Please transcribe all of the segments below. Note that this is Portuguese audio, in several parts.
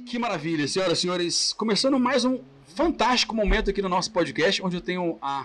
Que maravilha, senhoras e senhores. Começando mais um fantástico momento aqui no nosso podcast, onde eu tenho a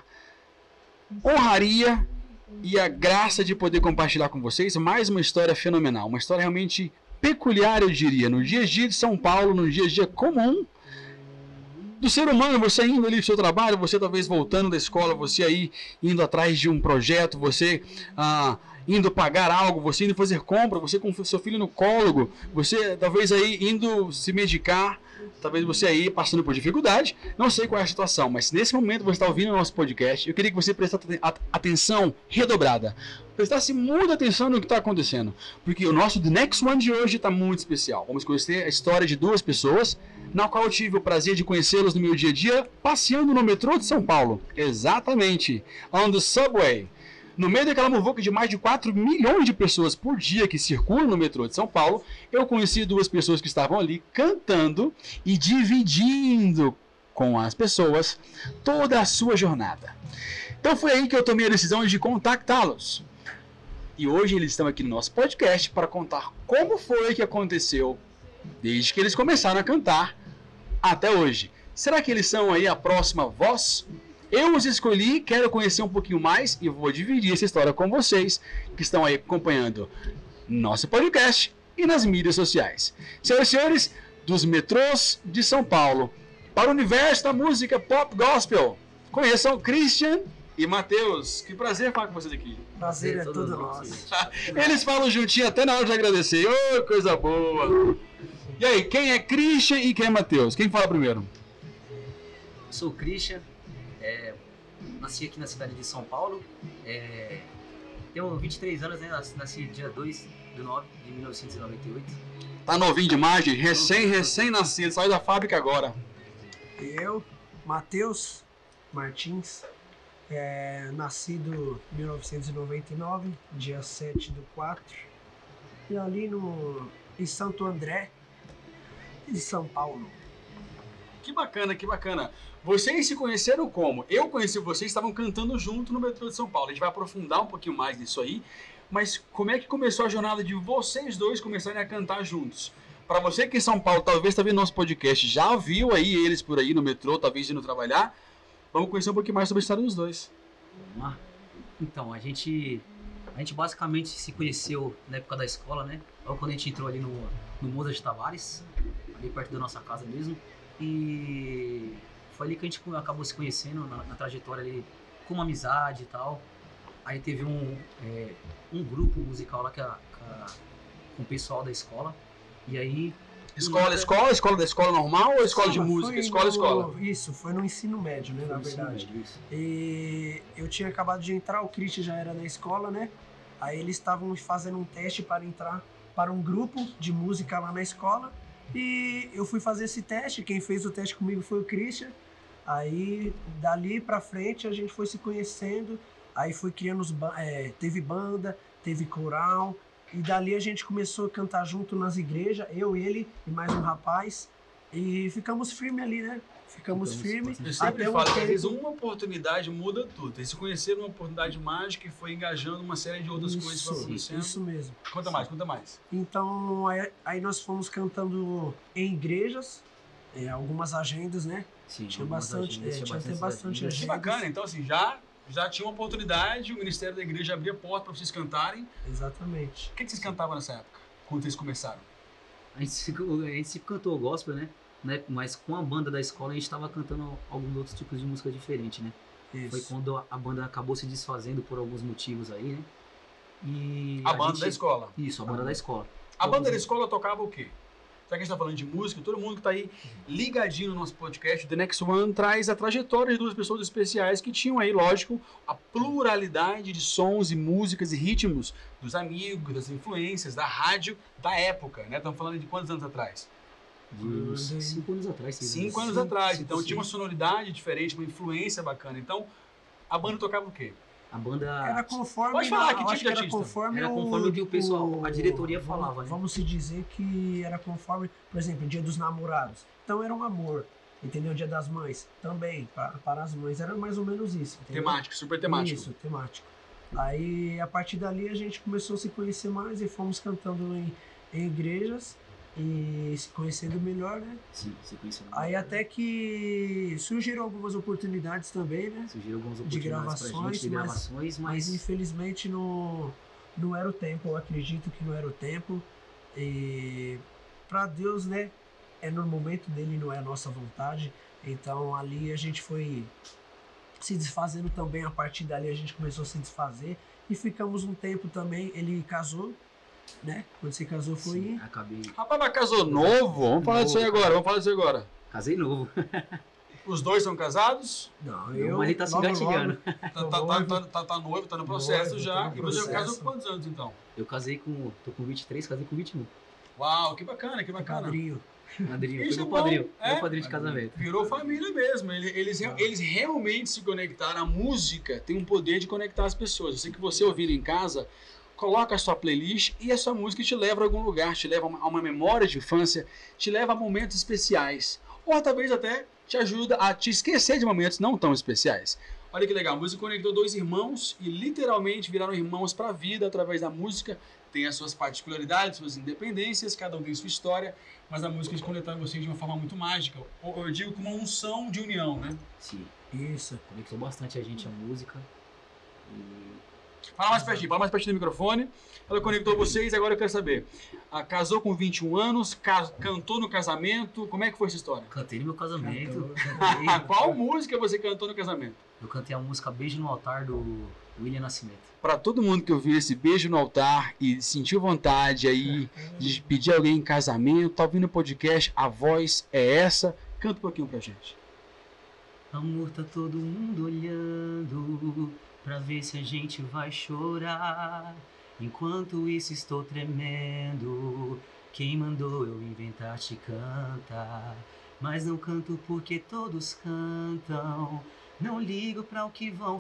honraria e a graça de poder compartilhar com vocês mais uma história fenomenal. Uma história realmente peculiar, eu diria. No dia a dia de São Paulo, no dia a dia comum do ser humano, você indo ali pro seu trabalho, você talvez voltando da escola, você aí indo atrás de um projeto, você indo pagar algo, você indo fazer compra, você com seu filho no colo, você talvez aí indo se medicar, talvez você aí passando por dificuldade, não sei qual é a situação, mas nesse momento você está ouvindo o nosso podcast, eu queria que você prestasse atenção redobrada, prestasse muita atenção no que está acontecendo, porque o nosso The Next One de hoje está muito especial. Vamos conhecer a história de duas pessoas, na qual eu tive o prazer de conhecê-los no meu dia a dia, passeando no metrô de São Paulo. Exatamente, on the subway. No meio daquela muvuca de mais de 4 milhões de pessoas por dia que circulam no metrô de São Paulo, eu conheci duas pessoas que estavam ali cantando e dividindo com as pessoas toda a sua jornada. Então foi aí que eu tomei a decisão de contactá-los. E hoje eles estão aqui no nosso podcast para contar como foi que aconteceu desde que eles começaram a cantar até hoje. Será que eles são aí a próxima voz? Eu os escolhi, quero conhecer um pouquinho mais e vou dividir essa história com vocês que estão aí acompanhando nosso podcast e nas mídias sociais. Senhoras e senhores, dos metrôs de São Paulo para o universo da música pop gospel, conheçam Christian e Matheus. Que prazer falar com vocês aqui. Prazer é todo nosso. Eles falam juntinho até na hora de agradecer. Ô, coisa boa. E aí, quem é Christian e quem é Matheus? Quem fala primeiro? Eu sou o Christian, nasci aqui na cidade de São Paulo, tenho 23 anos, né? Nasci dia 2 de 9 de 1998. Tá novinho de imagem, recém-nascido, saiu da fábrica agora. Eu, Matheus Martins, nascido em 1999, dia 7/4, e ali em Santo André, de São Paulo. Que bacana, que bacana. Vocês se conheceram como? Eu conheci vocês, estavam cantando junto no metrô de São Paulo. A gente vai aprofundar um pouquinho mais nisso aí. Mas como é que começou a jornada de vocês dois começarem a cantar juntos? Para você que em São Paulo talvez está vendo nosso podcast, já viu aí eles por aí no metrô, talvez indo trabalhar. Vamos conhecer um pouquinho mais sobre a história dos dois. Vamos lá. Então, a gente basicamente se conheceu na época da escola, né? Logo quando a gente entrou ali no Mozart Tavares, ali perto da nossa casa mesmo. E foi ali que a gente acabou se conhecendo na trajetória ali, como amizade e tal. Aí teve um grupo musical lá com o pessoal da escola. E aí... Escola da escola normal ou escola de música? Escola. Isso, foi no ensino médio, né, na verdade. Médio, isso. E eu tinha acabado de entrar, o Christian já era da escola, né? Aí eles estavam fazendo um teste para entrar para um grupo de música lá na escola. E eu fui fazer esse teste, quem fez o teste comigo foi o Christian. Aí, dali pra frente, a gente foi se conhecendo. Aí foi criando teve banda, teve coral. E dali a gente começou a cantar junto nas igrejas, eu, ele e mais um rapaz. E ficamos firmes ali, né? Ficamos firmes. Eu sempre falo que às vezes uma oportunidade muda tudo. Eles se conheceram numa oportunidade mágica e foi engajando uma série de outras coisas que foram acontecendo. Isso mesmo. Conta mais. Então, aí nós fomos cantando em igrejas, algumas agendas, né? Sim, tinha bastante agenda. Que bacana, então assim, já tinha uma oportunidade, o Ministério da Igreja abria a porta para vocês cantarem. Exatamente. O que vocês cantavam nessa época, quando vocês começaram? A gente sempre cantou gospel, né? Mas com a banda da escola a gente estava cantando alguns outros tipos de música diferente, né? Isso. Foi quando a banda acabou se desfazendo por alguns motivos aí, né? E a banda da escola? Isso, a banda da escola. A banda da escola tocava o quê? Já que a gente está falando de música, todo mundo que está aí ligadinho no nosso podcast, The Next One traz a trajetória de duas pessoas especiais que tinham aí, lógico, a pluralidade de sons e músicas e ritmos dos amigos, das influências, da rádio da época, né? Estamos falando de quantos anos atrás? De 5 anos atrás. 5 anos atrás. Então tinha uma sonoridade diferente, uma influência bacana. Então, a banda tocava o quê? A banda... Era conforme... Pode falar, que tipo de era artista? conforme o que o pessoal, a diretoria falava, né? Vamos se dizer que era conforme, por exemplo, Dia dos Namorados. Então era um amor, entendeu? Dia das Mães, também, para as mães. Era mais ou menos isso. Entendeu? Temático, super temático. Isso, temático. Aí, a partir dali, a gente começou a se conhecer mais e fomos cantando em igrejas. e se conhecendo melhor, né? Sim, se conhecendo. Aí até que surgiram algumas oportunidades também, né? Surgiram algumas De oportunidades pra gente, de gravações, mas infelizmente não era o tempo, eu acredito que não era o tempo. E para Deus, né? É no momento dele, não é a nossa vontade. Então ali a gente foi se desfazendo também, a partir dali a gente começou a se desfazer e ficamos um tempo também, ele casou, né? Quando você casou foi... Sim, acabei... Rapaz, mas casou novo? Vamos falar disso aí agora, vamos falar disso aí agora. Casei novo. Os dois são casados? Não, Mas ele tá se engatilhando. Tá noivo, tá no processo noivo, já. tá no E você processo. casou com quantos anos então? Eu casei com... Tô com 23, casei com 21. Uau, que bacana, que bacana. Padrinho. Padrinho, Isso foi é meu bom, padrinho. é. Meu padrinho de casamento. Virou família mesmo. Eles realmente se conectaram. A música tem um poder de conectar as pessoas. Eu sei que você ouvindo em casa, coloca a sua playlist e a sua música te leva a algum lugar, te leva a uma memória de infância, te leva a momentos especiais. Ou talvez até te ajuda a te esquecer de momentos não tão especiais. Olha que legal, a música conectou dois irmãos e literalmente viraram irmãos para a vida através da música. Tem as suas particularidades, suas independências, cada um tem sua história, mas a música conectou vocês de uma forma muito mágica. Ou eu digo com uma unção de união, né? Sim, Isso. conectou bastante a gente a música. E... Fala mais pertinho do microfone. Ela conectou vocês, agora eu quero saber. Casou com 21 anos, cantou no casamento, como é que foi essa história? Cantei no meu casamento. Qual música você cantou no casamento? Eu cantei a música Beijo no Altar do William Nascimento. Para todo mundo que ouviu esse beijo no altar e sentiu vontade aí de pedir alguém em casamento, tá ouvindo o podcast, a voz é essa. Canta um pouquinho pra gente. Amor, tá todo mundo olhando pra ver se a gente vai chorar. Enquanto isso estou tremendo. Quem mandou eu inventar te canta? Mas não canto porque todos cantam. Não ligo pra o que vão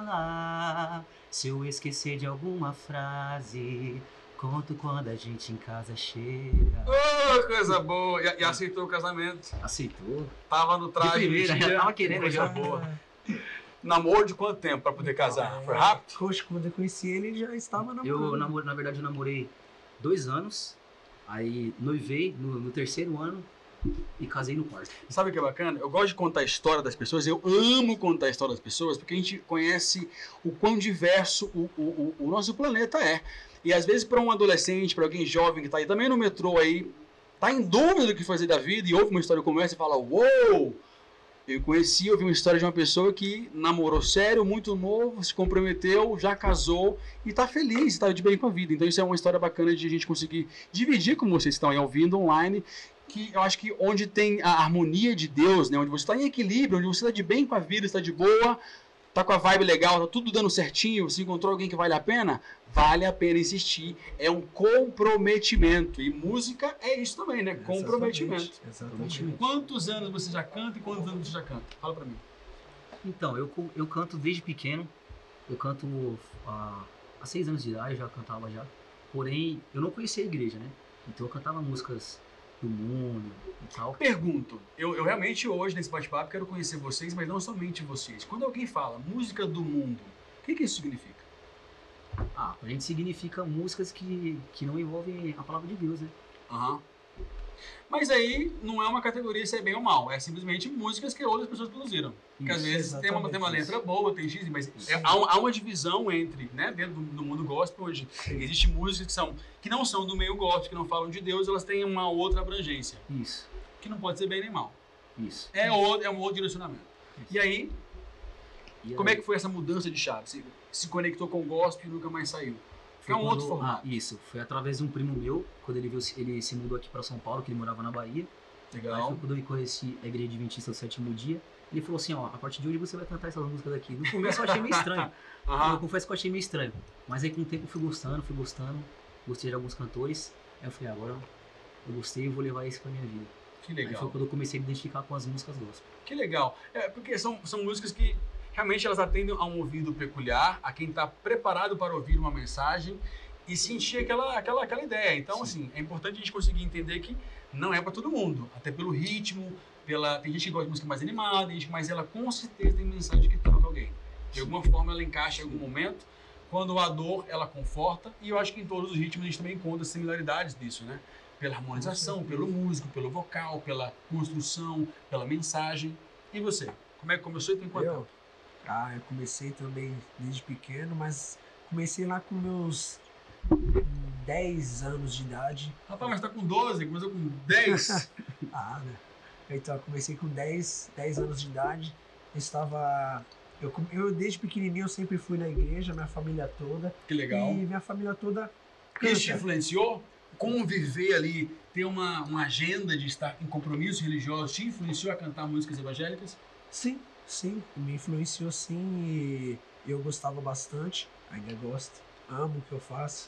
falar. Se eu esquecer de alguma frase, conto quando a gente em casa chega. Oh, coisa boa! E aceitou o casamento. Aceitou? Tava no traje. De primeira, no dia. já tava querendo Coisa já. boa. Namoro de quanto tempo pra poder casar? Foi rápido? Poxa, quando eu conheci ele, ele já estava namorando. Na verdade, eu namorei 2 anos. Aí noivei no 3º ano e casei no 4º. Sabe o que é bacana? Eu gosto de contar a história das pessoas, eu amo contar a história das pessoas, porque a gente conhece o quão diverso o nosso planeta é. E às vezes para um adolescente, para alguém jovem que está aí também no metrô aí, tá em dúvida do que fazer da vida e ouve uma história como essa e fala, uou! Eu ouvi uma história de uma pessoa que namorou sério, muito novo, se comprometeu, já casou e está feliz, está de bem com a vida. Então isso é uma história bacana de a gente conseguir dividir com vocês que estão aí ouvindo online, que eu acho que onde tem a harmonia de Deus, né, onde você está em equilíbrio, onde você está de bem com a vida, está de boa, está com a vibe legal, está tudo dando certinho, você encontrou alguém que vale a pena insistir. É um comprometimento. E música é isso também, né? Comprometimento. Exatamente. Quantos anos você já canta e quantos anos você já canta? Fala pra mim. Então, eu canto desde pequeno. Eu canto há 6 anos de idade, eu já cantava já. Porém, eu não conhecia a igreja, né? Então eu cantava músicas do mundo e tal. Pergunto, eu realmente hoje nesse bate-papo quero conhecer vocês, mas não somente vocês. Quando alguém fala música do mundo, o que isso significa? Pra gente significa músicas que não envolvem a palavra de Deus, né? Aham. Mas aí não é uma categoria se é bem ou mal, é simplesmente músicas que outras pessoas produziram. Porque às vezes tem uma letra boa, tem X, mas há uma divisão entre, né, dentro do mundo gospel hoje. Existem músicas que não são do meio gospel, que não falam de Deus, elas têm uma outra abrangência. Isso. Que não pode ser bem nem mal. Isso. É um outro direcionamento. E aí, como é que foi essa mudança de chave? Você se conectou com o gospel e nunca mais saiu? Foi um outro formato. Isso, foi através de um primo meu, quando ele se mudou aqui para São Paulo, que ele morava na Bahia. Legal. Aí foi quando eu conheci a igreja adventista do 7º dia. Ele falou assim, ó, a partir de hoje você vai cantar essas músicas aqui. No começo eu achei meio estranho. Eu confesso que eu achei meio estranho. Mas aí com o tempo eu fui gostando. Gostei de alguns cantores. Aí eu falei, agora eu gostei e vou levar isso pra minha vida. Que legal. Aí foi quando eu comecei a me identificar com as músicas gospel. Que legal. Porque são músicas que realmente elas atendem a um ouvido peculiar, a quem está preparado para ouvir uma mensagem e sentir aquela ideia. Então, assim, é importante a gente conseguir entender que não é para todo mundo. Até pelo ritmo, tem gente que gosta de música mais animada, mas ela com certeza tem mensagem que toca alguém. De alguma forma ela encaixa em algum momento. Quando a dor, ela conforta. E eu acho que em todos os ritmos a gente também encontra similaridades disso, né? Pela harmonização, Com pelo certeza. músico, pelo vocal, pela construção, pela mensagem. E você? Como é que começou e tem quanto tempo? Eu comecei também desde pequeno, mas comecei lá com meus 10 anos de idade. Rapaz, mas tá com 12, começou com 10. Né? Então, eu comecei com 10 anos de idade. Eu estava... Eu, desde pequenininho, eu sempre fui na igreja, minha família toda. Que legal. E minha família toda Isso te canta. influenciou? Conviver ali, ter uma agenda de estar em compromissos religiosos, te influenciou a cantar músicas evangélicas? Sim, me influenciou sim e eu gostava bastante, ainda gosto, amo o que eu faço.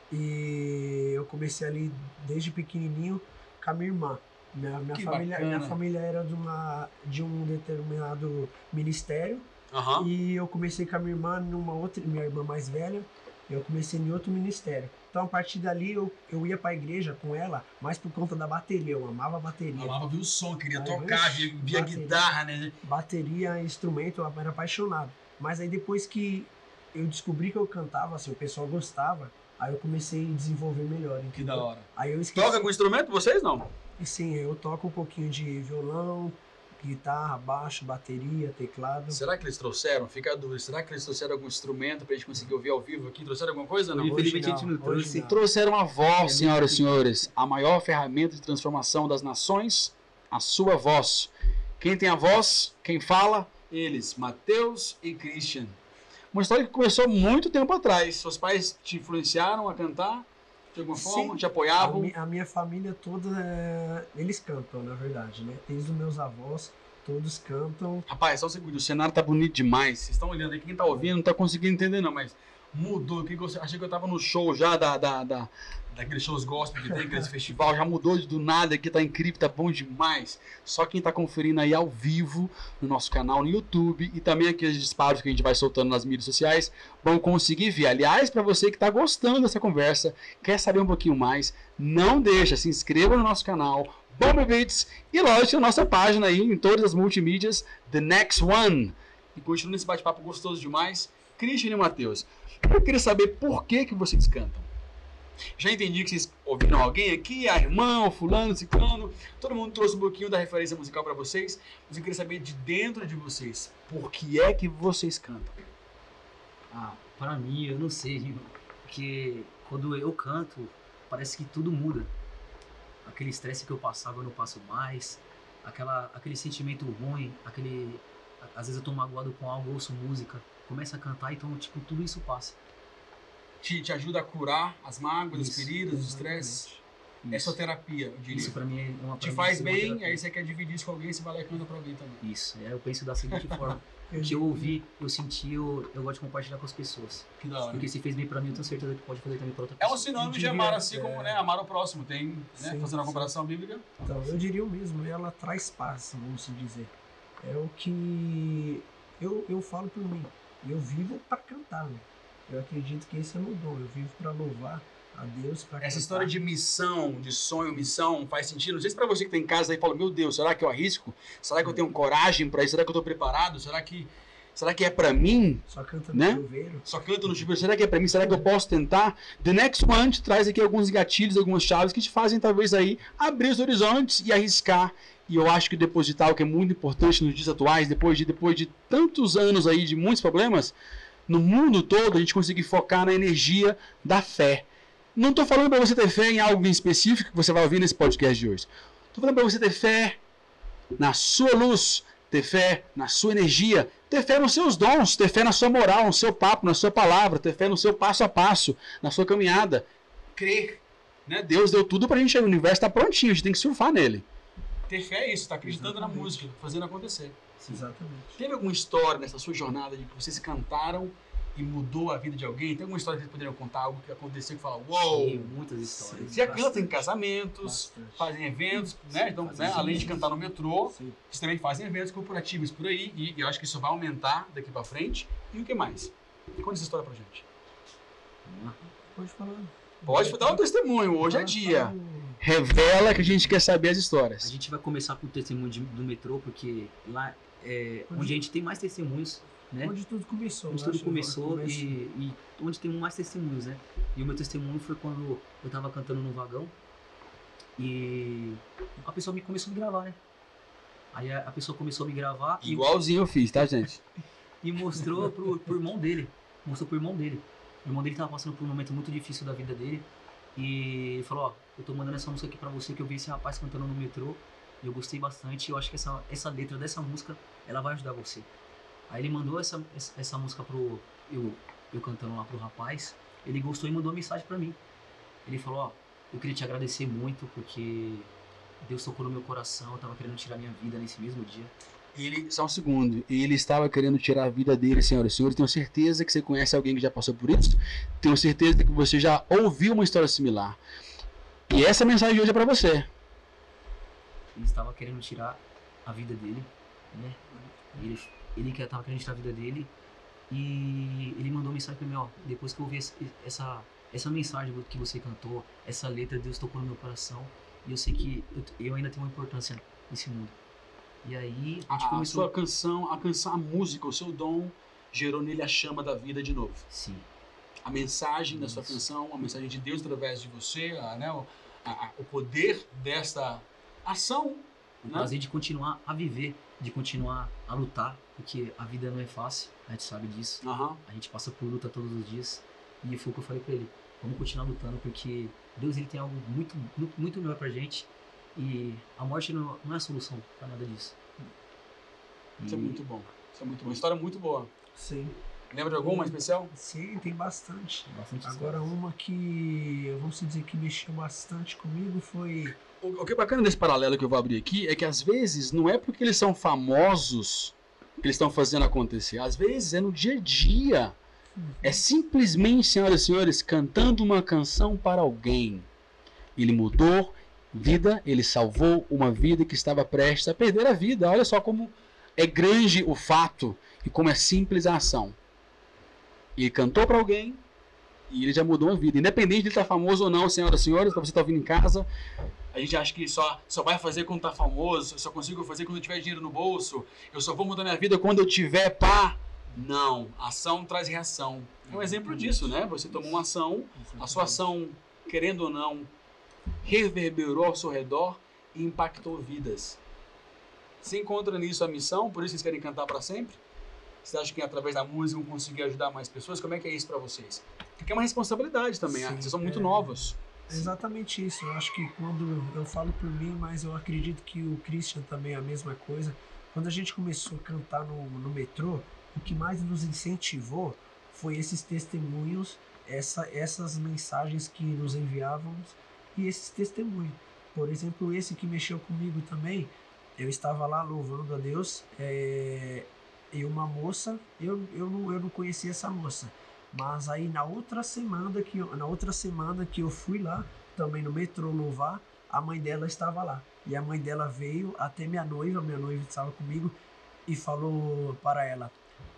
E eu comecei ali desde pequenininho com a minha irmã. Que Minha bacana. família era de um determinado ministério Aham. e eu comecei com a minha irmã minha irmã mais velha, eu comecei em outro ministério. Então a partir dali eu ia pra igreja com ela, mais por conta da bateria, eu amava a bateria. Amava ver o som, queria Ai, tocar, vixe, via bateria. guitarra, né? Bateria, instrumento, eu era apaixonado. Mas aí depois que eu descobri que eu cantava, assim, o pessoal gostava, aí eu comecei a desenvolver melhor. Que entendeu? da hora. Aí eu esqueci. Toca com instrumento vocês, não? E sim, eu toco um pouquinho de violão, guitarra, baixo, bateria, teclado. Será que eles trouxeram? Fica a dúvida. Será que eles trouxeram algum instrumento pra gente conseguir ouvir ao vivo aqui? Trouxeram alguma coisa, não? Infelizmente a gente não Hoje trouxe. não. Trouxeram a voz, É senhoras e muito senhores. A maior ferramenta de transformação das nações, a sua voz. Quem tem a voz, quem fala, eles, Mateus e Christian. Uma história que começou muito tempo atrás. Seus pais te influenciaram a cantar de alguma forma? Sim. Te apoiavam? A minha família toda, eles cantam, na verdade, né? Desde os meus avós, todos cantam. Rapaz, só um segundo, o cenário tá bonito demais. Vocês estão olhando aí, quem tá ouvindo não tá conseguindo entender não, mas mudou. Achei que eu tava no show já daqueles shows gospel que tem, aqueles festival, já mudou do nada aqui, tá incrível, tá bom demais. Só quem tá conferindo aí ao vivo no nosso canal no YouTube e também aqueles disparos que a gente vai soltando nas mídias sociais vão conseguir ver. Aliás, para você que tá gostando dessa conversa, quer saber um pouquinho mais, não deixa, se inscreva no nosso canal, Bomba Beats e lógico a nossa página aí em todas as multimídias, The Next One. E continua nesse bate-papo gostoso demais. Christian e Mateus, eu queria saber por que vocês cantam. Já entendi que vocês ouviram alguém aqui, a irmã, o fulano, o ciclano, todo mundo trouxe um pouquinho da referência musical para vocês, mas eu queria saber de dentro de vocês, por que é que vocês cantam? Pra mim, eu não sei, viu? Porque quando eu canto, parece que tudo muda. Aquele estresse que eu passava, eu não passo mais. Aquele sentimento ruim, às vezes eu tô magoado com algo, ouço música, começo a cantar, então, tipo, tudo isso passa. Te ajuda a curar as mágoas, as Isso, feridas, os estresses? É sua terapia, eu diria. Isso pra mim é uma Te pra faz mim, é uma bem, terapia. aí você quer dividir isso com alguém, você vai lá e canta pra alguém também. Isso, eu penso da seguinte forma. O que eu ouvi, eu senti, eu gosto de compartilhar com as pessoas. Que da hora. Porque se fez bem pra mim, eu tenho certeza que pode fazer também pra outra É um pessoa. sinônimo de diria, amar assim como, né, amar o próximo. Tem, né, Sim, fazendo uma sim. comparação bíblica. Então, eu diria o mesmo, ela traz paz, vamos se dizer. É o que eu falo por mim. Eu vivo para cantar, né? Eu acredito que esse é meu dom. Eu vivo para louvar a Deus, para Essa história de missão, de sonho, missão, faz sentido? Não sei se pra você que tá em casa aí fala, meu Deus, será que eu arrisco? Será que eu tenho coragem pra isso? Será que eu tô preparado? Será que é pra mim? Só canta no né? chuveiro. Só canto no chuveiro. Será que é pra mim? Será que eu posso tentar? The Next One te traz aqui alguns gatilhos, algumas chaves que te fazem talvez aí abrir os horizontes e arriscar. E eu acho que depositar o que é muito importante nos dias atuais, depois de tantos anos aí de muitos problemas, no mundo todo a gente conseguir focar na energia da fé. Não estou falando para você ter fé em algo em específico que você vai ouvir nesse podcast de hoje. Estou falando para você ter fé na sua luz, ter fé na sua energia, ter fé nos seus dons, ter fé na sua moral, no seu papo, na sua palavra, ter fé no seu passo a passo, na sua caminhada. Crer. Né? Deus deu tudo pra gente, o universo está prontinho, a gente tem que surfar nele. Ter fé é isso, tá acreditando Exatamente. na música, fazendo acontecer. Exatamente. Teve alguma história nessa sua jornada de que vocês cantaram e mudou a vida de alguém? Tem alguma história que vocês poderiam contar, algo que aconteceu que fala, uou! Tem muitas histórias. Você já canta em casamentos, Bastante. fazem eventos, né? Então, fazem né? Além de sim. cantar no metrô, Sim. vocês também fazem eventos corporativos por aí, e eu acho que isso vai aumentar daqui pra frente. E o que mais? Conta essa história pra gente. Vamos lá. Pode falar. Pode dar um testemunho, hoje é Fala, dia. fala. Revela que a gente quer saber as A histórias. gente vai começar com o testemunho do metrô, porque lá é Onde- onde a gente tem mais testemunhos, né? Onde tudo começou. Onde eu tudo acho, começou começo. e onde tem mais testemunhos, né? E o meu testemunho foi quando eu tava cantando no vagão E a pessoa começou a me gravar, né? Aí a pessoa começou a me gravar Igualzinho eu fiz, tá, gente? e mostrou pro irmão dele. Mostrou pro irmão dele. O irmão dele tava passando por um momento muito difícil da vida dele. E ele falou, ó, eu tô mandando essa música aqui pra você, que eu vi esse rapaz cantando no metrô. E eu gostei bastante. Eu acho que essa letra dessa música, ela vai ajudar você. Aí ele mandou essa música eu cantando lá pro rapaz. Ele gostou e mandou uma mensagem pra mim. Ele falou, ó, eu queria te agradecer muito porque Deus tocou no meu coração, eu tava querendo tirar minha vida nesse mesmo dia. Só um segundo, ele estava querendo tirar a vida dele, senhoras e senhores. Tenho certeza que você conhece alguém que já passou por isso. Tenho certeza que você já ouviu uma história similar. E essa mensagem de hoje é pra você. Ele estava querendo tirar a vida dele, né? Ele que estava querendo tirar a vida dele. E ele mandou mensagem pra mim, ó, depois que eu ouvi essa mensagem que você cantou, essa letra, Deus tocou no meu coração. E eu sei que eu ainda tenho uma importância nesse mundo. E aí a gente começou... sua canção, a música, o seu dom, gerou nele a chama da vida de novo. Sim. A mensagem da sua canção, a mensagem de Deus através de você, né? O poder desta ação. O prazer de continuar a viver, de continuar a lutar, porque a vida não é fácil, a gente sabe disso. Uhum. A gente passa por luta todos os dias. E foi o que eu falei pra ele. Vamos continuar lutando, porque Deus ele tem algo muito, muito, muito melhor pra gente. E a morte não é a solução pra nada disso. Isso é muito bom. Isso é muito bom. História muito boa. Sim. Lembra de alguma especial? Sim, tem bastante. Bastante Agora uma que, vamos dizer que mexeu bastante comigo foi... O que é bacana desse paralelo que eu vou abrir aqui é que às vezes não é porque eles são famosos que eles estão fazendo acontecer. Às vezes é no dia a dia. É simplesmente, senhoras e senhores, cantando uma canção para alguém. Ele mudou vida, ele salvou uma vida que estava prestes a perder a vida. Olha só como é grande o fato e como é simples a ação. Ele cantou para alguém e ele já mudou a vida. Independente de ele estar famoso ou não, senhoras e senhores, para você estar ouvindo em casa, a gente acha que só vai fazer quando está famoso, eu só consigo fazer quando eu tiver dinheiro no bolso, eu só vou mudar minha vida quando eu tiver pá. Não, ação traz reação. É um exemplo disso, né? Você tomou uma ação, a sua ação, querendo ou não, reverberou ao seu redor e impactou vidas. Você encontra nisso a missão? Por isso vocês querem cantar para sempre? Você acha que através da música vão conseguir ajudar mais pessoas? Como é que é isso para vocês? Porque é uma responsabilidade também, Sim, vocês são muito novos. Exatamente isso. Eu acho que quando eu falo por mim, mas eu acredito que o Christian também é a mesma coisa. Quando a gente começou a cantar no metrô, o que mais nos incentivou foi esses testemunhos, essas mensagens que nos enviávamos e esses testemunhos. Por exemplo, esse que mexeu comigo também, eu estava lá louvando a Deus e uma moça, eu não conhecia essa moça, mas aí na outra semana que eu fui lá, também no metrô louvar, a mãe dela estava lá. E a mãe dela veio até minha noiva estava comigo e falou para ela,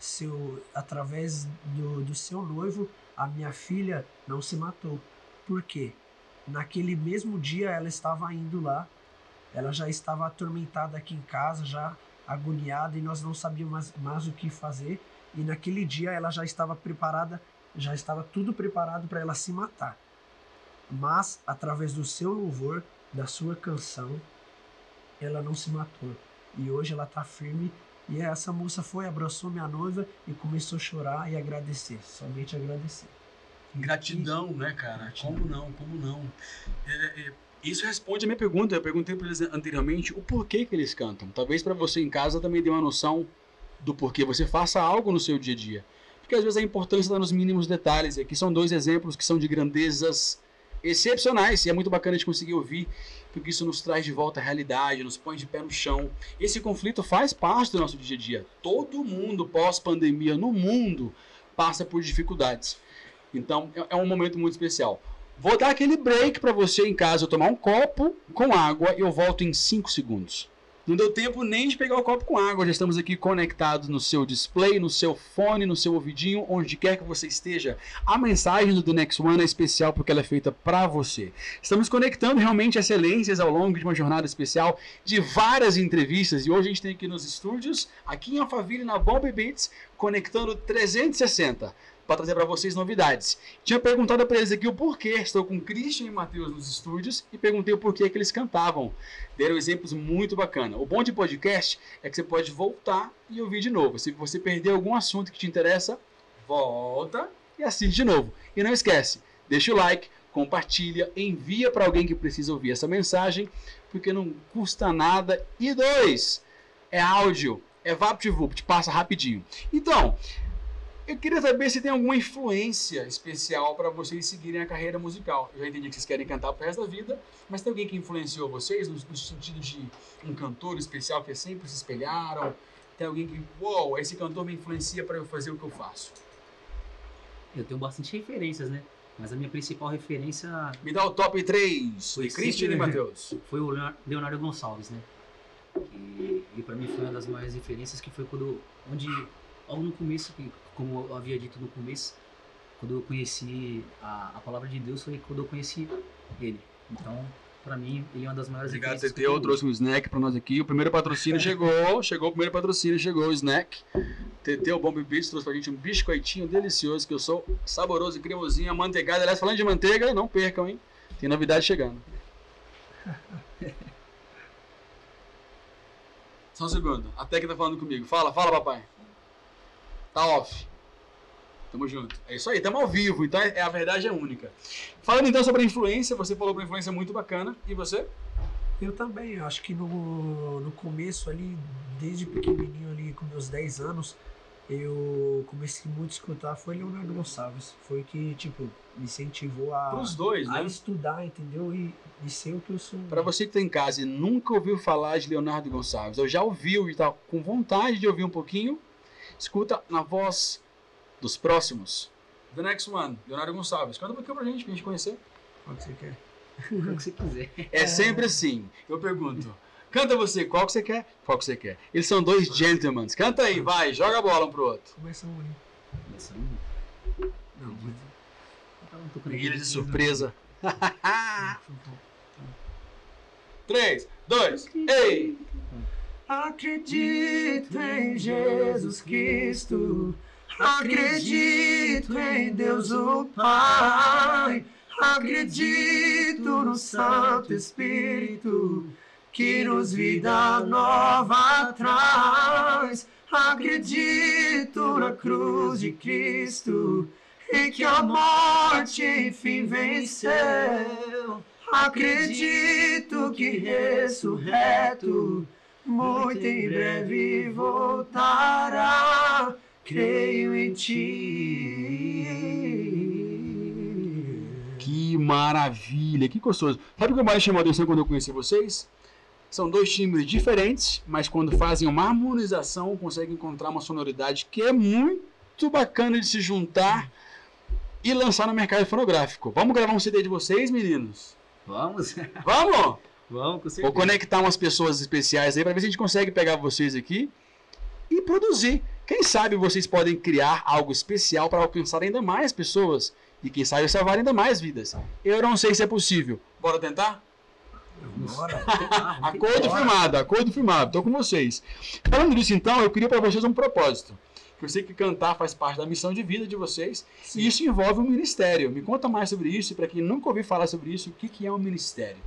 através do seu noivo, a minha filha não se matou. Por quê? Naquele mesmo dia ela estava indo lá, ela já estava atormentada aqui em casa, já agoniada, e nós não sabíamos mais o que fazer. E naquele dia ela já estava preparada, já estava tudo preparado para ela se matar. Mas, através do seu louvor, da sua canção, ela não se matou. E hoje ela está firme. E essa moça abraçou minha noiva e começou a chorar e agradecer, somente agradecer. Gratidão, né, cara? Gratidão. Como não? Isso responde a minha pergunta. Eu perguntei para eles anteriormente o porquê que eles cantam. Talvez para você em casa também dê uma noção do porquê você faça algo no seu dia a dia. Porque às vezes a importância está nos mínimos detalhes. E aqui são dois exemplos que são de grandezas excepcionais. E é muito bacana de conseguir ouvir, porque isso nos traz de volta à realidade, nos põe de pé no chão. Esse conflito faz parte do nosso dia a dia. Todo mundo pós-pandemia no mundo passa por dificuldades. Então é um momento muito especial. Vou dar aquele break para você em casa, eu tomar um copo com água e eu volto em 5 segundos. Não deu tempo nem de pegar o copo com água, já estamos aqui conectados no seu display, no seu fone, no seu ouvidinho, onde quer que você esteja. A mensagem do The Next One é especial porque ela é feita para você. Estamos conectando realmente excelências ao longo de uma jornada especial de várias entrevistas, e hoje a gente tem aqui nos estúdios, aqui em Alphaville, na Bomb Beats, conectando 360. para trazer para vocês novidades. Tinha perguntado para eles aqui o porquê. Estou com Christian e Matheus nos estúdios e perguntei o porquê que eles cantavam. Deram exemplos muito bacanas. O bom de podcast é que você pode voltar e ouvir de novo. Se você perder algum assunto que te interessa, volta e assiste de novo. E não esquece, deixa o like, compartilha, envia para alguém que precisa ouvir essa mensagem, porque não custa nada. E 2, é áudio, é VaptVupt, passa rapidinho. Então, eu queria saber se tem alguma influência especial para vocês seguirem a carreira musical. Eu já entendi que vocês querem cantar pro resto da vida, mas tem alguém que influenciou vocês no sentido de um cantor especial que sempre se espelharam? Tem alguém que, uou, esse cantor me influencia para eu fazer o que eu faço? Eu tenho bastante referências, né? Mas a minha principal referência Me dá o top 3 Foi de Christian e sempre- Matheus. foi o Leonardo Gonçalves, né? E para mim foi uma das maiores referências, que foi logo no começo, como eu havia dito no começo, quando eu conheci a palavra de Deus, foi quando eu conheci ele. Então, para mim, ele é uma das maiores Obrigado, referências. Teteu. Trouxe um snack para nós aqui. O primeiro patrocínio chegou o primeiro patrocínio, chegou o snack. Teteu Bomb Beats trouxe pra gente um biscoitinho delicioso, que eu sou saboroso e cremosinho, amanteigado. Aliás, falando de manteiga, não percam, hein? Tem novidade chegando. Só um segundo. A Tec tá falando comigo. Fala, papai. Tá off. Tamo junto. É isso aí, tamo ao vivo, então a verdade é única. Falando então sobre a influência, você falou pra influência muito bacana. E você? Eu também, eu acho que no começo ali, desde pequenininho ali, com meus 10 anos, eu comecei muito a escutar, foi Leonardo Gonçalves. Foi que, tipo, me incentivou Pros dois, a né? estudar, entendeu? E ser o que eu sou. Pra você que tá em casa e nunca ouviu falar de Leonardo Gonçalves, ou já ouviu e tá com vontade de ouvir um pouquinho, escuta na voz dos próximos. The next one, Leonardo Gonçalves. Canta um pouquinho pra gente conhecer. Qual que você quer? O que você quiser. É sempre assim. Eu pergunto, canta você, qual que você quer? Qual que você quer? Eles são dois gentlemen. Canta aí, vai, joga a bola um pro outro. Começamos ali. Começando. Não, Ilha de surpresa. 3, 2, ei! Acredito em Jesus Cristo, acredito em Deus o Pai, acredito no Santo Espírito, que nos vida nova traz, acredito na cruz de Cristo, e que a morte enfim venceu, acredito que ressurreto, muito em breve voltará, creio em ti. Que maravilha, que gostoso. Sabe o que mais chamou a atenção quando eu conheci vocês? São dois timbres diferentes, mas quando fazem uma harmonização, conseguem encontrar uma sonoridade que é muito bacana de se juntar e lançar no mercado fonográfico. Vamos gravar um CD de vocês, meninos? Vamos? Vamos! Vamos, com certeza. Vou conectar umas pessoas especiais aí para ver se a gente consegue pegar vocês aqui e produzir. Quem sabe vocês podem criar algo especial para alcançar ainda mais pessoas e quem sabe salvar ainda mais vidas. Eu não sei se é possível. Bora tentar? Bora. Acordo firmado. Tô com vocês. Falando nisso então, eu queria para vocês um propósito. Eu sei que cantar faz parte da missão de vida de vocês. Sim. E isso envolve um ministério. Me conta mais sobre isso e para quem nunca ouviu falar sobre isso, o que é um ministério?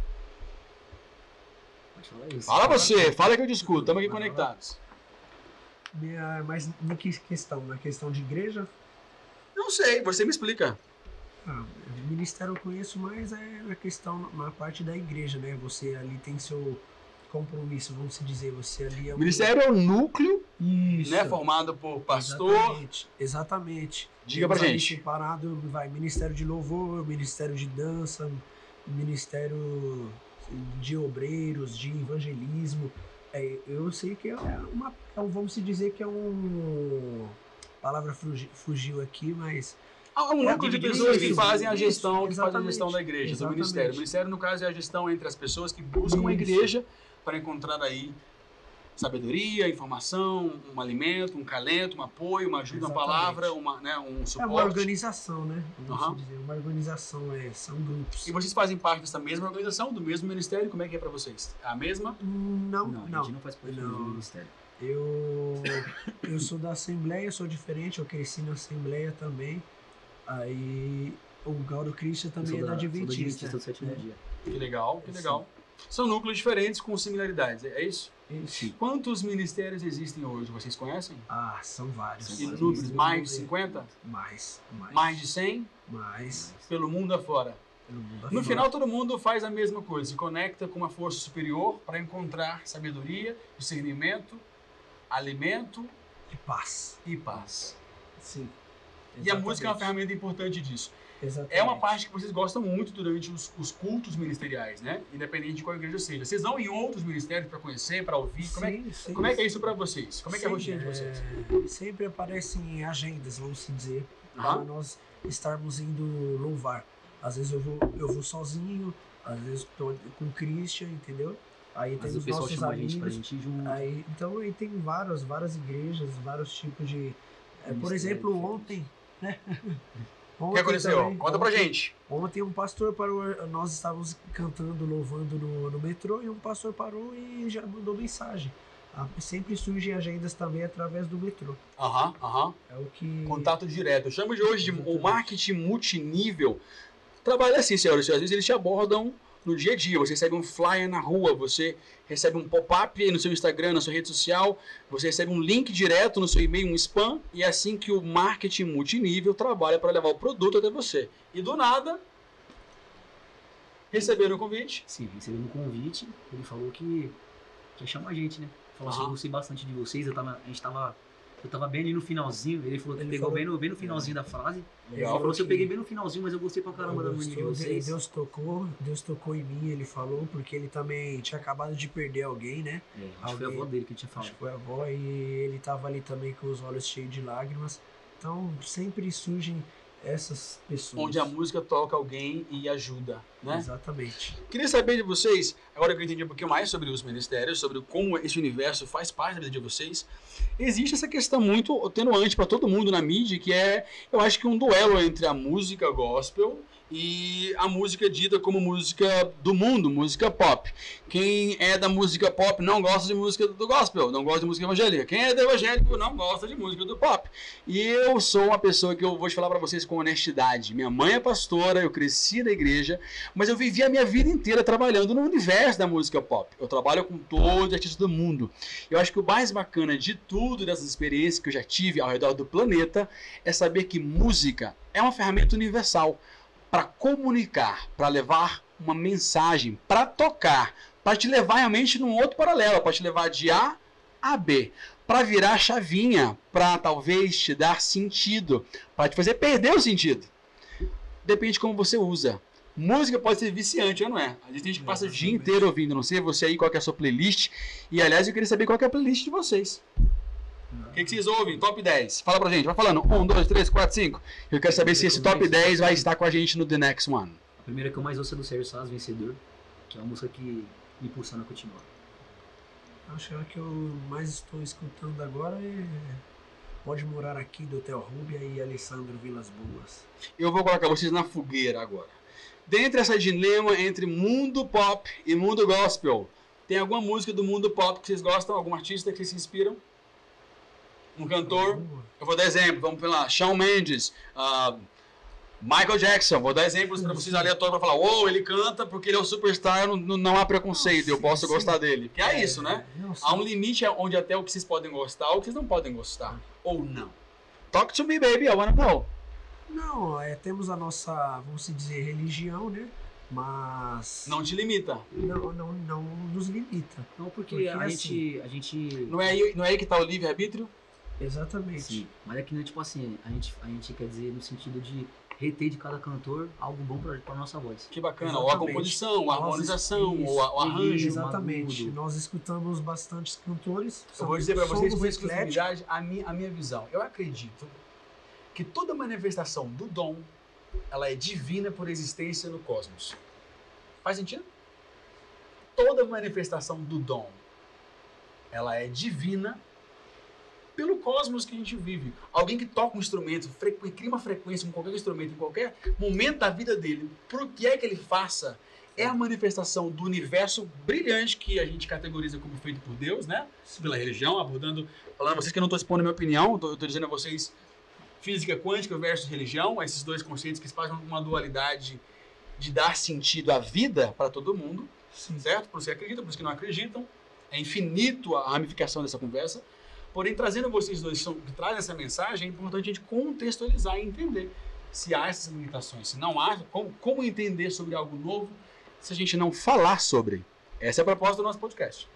Pode falar isso. Fala você, fala que eu discuto, estamos aqui conectados. Mas em que questão? Na questão de igreja? Não sei, você me explica. Ministério eu conheço, mas é na questão, na parte da igreja, né? Você ali tem seu compromisso, vamos dizer, você ali é O ministério é o núcleo, Isso. né, formado por pastor. Exatamente. Diga pra Temos ali gente. separado, vai Ministério de Louvor, Ministério de Dança, Ministério de Obreiros, de Evangelismo. Eu sei que vamos dizer que é um... A palavra fugiu aqui, mas... Há um núcleo de pessoas que fazem a gestão, Isso, que fazem a exatamente. gestão da igreja, do Exatamente. ministério. O ministério, no caso, é a gestão entre as pessoas que buscam a Isso. igreja para encontrar aí sabedoria, informação, um alimento, um calento, um apoio, uma ajuda, uma Exatamente. palavra, um É suporte. uma organização, né? Vamos Aham. dizer, uma organização, são grupos. E vocês fazem parte dessa mesma organização, do mesmo ministério? Como é que é para vocês? A mesma? Não, Não, a gente não faz parte do Não. ministério. Eu sou da Assembleia, sou diferente, eu cresci na Assembleia também. Aí o Gauro Christian também é da Adventista. Do sétimo dia. Que legal, que legal. São núcleos diferentes com similaridades, é isso? Isso. Quantos ministérios existem hoje? Vocês conhecem? Ah, são vários. E números, mais de 50? Mais. Mais de 100? Mais. Pelo mundo afora. Pelo mundo No afora. final, todo mundo faz a mesma coisa, se conecta com uma força superior para encontrar sabedoria, discernimento, alimento De paz. e paz. Sim. E a música é uma Exatamente. ferramenta importante disso. Exatamente. É uma parte que vocês gostam muito durante os cultos ministeriais, né? Independente de qual igreja seja. Vocês vão em outros ministérios para conhecer, para ouvir? Como é que é isso para vocês? Como é que é a rotina de vocês? Sempre aparecem agendas, vamos se dizer, Aham. para nós estarmos indo louvar. Às vezes eu vou sozinho, às vezes estou com o Christian, entendeu? Aí Mas tem o os pessoal nossos chama a gente pra amigos. gente ir junto. Aí, então aí tem várias igrejas, vários tipos de... por Ministério exemplo, diferente. ontem, né? O que aconteceu? também, Conta pra gente. Ontem um pastor parou, nós estávamos cantando, louvando no metrô, e um pastor parou e já mandou mensagem. Sempre surgem agendas também através do metrô. Aham. É o que... Contato direto. Eu chamo de hoje de o marketing multinível. Trabalha assim, senhoras e senhores. Às vezes eles te abordam no dia a dia. Você recebe um flyer na rua, você recebe um pop-up aí no seu Instagram, na sua rede social, você recebe um link direto no seu e-mail, um spam, e é assim que o marketing multinível trabalha para levar o produto até você. E do nada, receberam o convite. Sim, recebemos um convite, ele falou que ia chamar a gente, né? Falou assim, Aham. eu gostei bastante de vocês, eu tava bem ali no finalzinho, ele falou que Ele pegou falou- bem no finalzinho da frase. Ele Legal. falou assim, eu peguei bem no finalzinho, mas eu gostei pra caramba da harmonia de vocês. Deus tocou em mim, ele falou, porque ele também tinha acabado de perder alguém, né? É, acho que foi a avó dele que tinha falado. Acho que foi a avó, e ele tava ali também com os olhos cheios de lágrimas. Então sempre surgem essas pessoas. Onde a música toca alguém e ajuda, né? Exatamente. Queria saber de vocês, agora que eu entendi um pouquinho mais sobre os ministérios, sobre como esse universo faz parte da vida de vocês, existe essa questão muito atenuante para todo mundo na mídia, que é, eu acho que um duelo entre a música gospel e a música dita como música do mundo, música pop. Quem é da música pop não gosta de música do gospel, não gosta de música evangélica. Quem é do evangélico não gosta de música do pop. E eu sou uma pessoa que eu vou te falar para vocês com honestidade. Minha mãe é pastora, eu cresci na igreja, mas eu vivi a minha vida inteira trabalhando no universo da música pop. Eu trabalho com todos os artistas do mundo. Eu acho que o mais bacana de tudo dessas experiências que eu já tive ao redor do planeta é saber que música é uma ferramenta universal para comunicar, para levar uma mensagem, para tocar, para te levar realmente num outro paralelo, para te levar de A a B, para virar a chavinha, para talvez te dar sentido, para te fazer perder o sentido. Depende de como você usa. Música pode ser viciante, ou não é? A gente passa o dia inteiro ouvindo, não sei você aí qual que é a sua playlist. E aliás, eu queria saber qual que é a playlist de vocês. O que vocês ouvem? Top 10. Fala pra gente, vai falando. 1, 2, 3, 4, 5. Eu quero saber se esse top 10 vai estar com a gente no The Next One. A primeira que eu mais ouço é do Sérgio Saz, Vencedor, que é uma música que me impulsiona a continuar. Acho que a que eu mais estou escutando agora é Pode Morar Aqui, do Theo Rubia e Alessandro Vilas Boas. Eu vou colocar vocês na fogueira agora. Dentre essa dilema entre mundo pop e mundo gospel, tem alguma música do mundo pop que vocês gostam? Algum artista que vocês se inspiram? Um cantor? Eu vou dar exemplo, vamos lá, Shawn Mendes, Michael Jackson, vou dar exemplos para vocês aleatórios para falar, ele canta porque ele é o superstar, não há preconceito, eu posso gostar dele. Que é isso, né? Há um limite onde até o que vocês podem gostar, ou o que vocês não podem gostar, ou não. Talk to me, baby, I wanna know. Não, temos a nossa, vamos dizer, religião, né? Mas Não te limita. não nos limita. Não, porque, Porque, a assim, gente... Não é aí que tá o livre-arbítrio? Exatamente. Sim, mas é que, tipo assim, a gente quer dizer no sentido de reter de cada cantor algo bom pra nossa voz. Que bacana, ou a Exatamente. composição, a harmonização, Isso, ou o arranjo. Exatamente. Maduro. Nós escutamos bastantes cantores. Eu vou dizer para vocês com somos ecléticos. exclusividade a minha visão. Eu acredito que toda manifestação do dom, ela é divina por existência no cosmos. Faz sentido? Toda manifestação do dom, ela é divina pelo cosmos que a gente vive. Alguém que toca um instrumento, cria uma frequência com qualquer instrumento, em qualquer momento da vida dele, por que é que ele faça, é a manifestação do universo brilhante que a gente categoriza como feito por Deus, né? Pela religião, falando a vocês que eu não estou expondo a minha opinião, eu estou dizendo a vocês física quântica versus religião, esses dois conceitos que fazem uma dualidade de dar sentido à vida para todo mundo, certo? Por os que acreditam, por os que não acreditam. É infinito a ramificação dessa conversa. Porém, trazendo vocês dois que trazem essa mensagem, é importante a gente contextualizar e entender se há essas limitações, se não há, como entender sobre algo novo se a gente não falar sobre. Essa é a proposta do nosso podcast.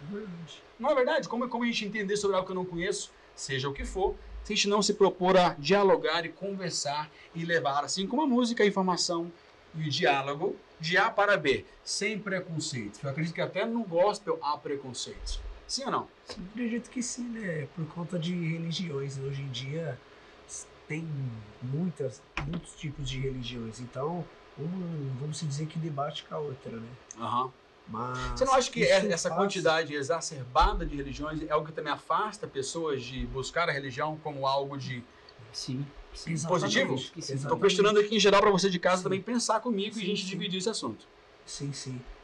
Não é verdade? Como a gente entender sobre algo que eu não conheço, seja o que for, se a gente não se propor a dialogar e conversar e levar, assim como a música, a informação e o diálogo, de A para B, sem preconceito. Eu acredito que até no gospel há preconceito. Sim ou não? Sim, acredito que sim, né? Por conta de religiões. Hoje em dia tem muitos tipos de religiões. Então, vamos dizer que debate com a outra, né? Aham. Mas você não acha que essa quantidade exacerbada de religiões é algo que também afasta pessoas de buscar a religião como algo de Sim. positivo? Estou questionando aqui em geral para você de casa também pensar comigo e a gente dividir esse assunto. Sim.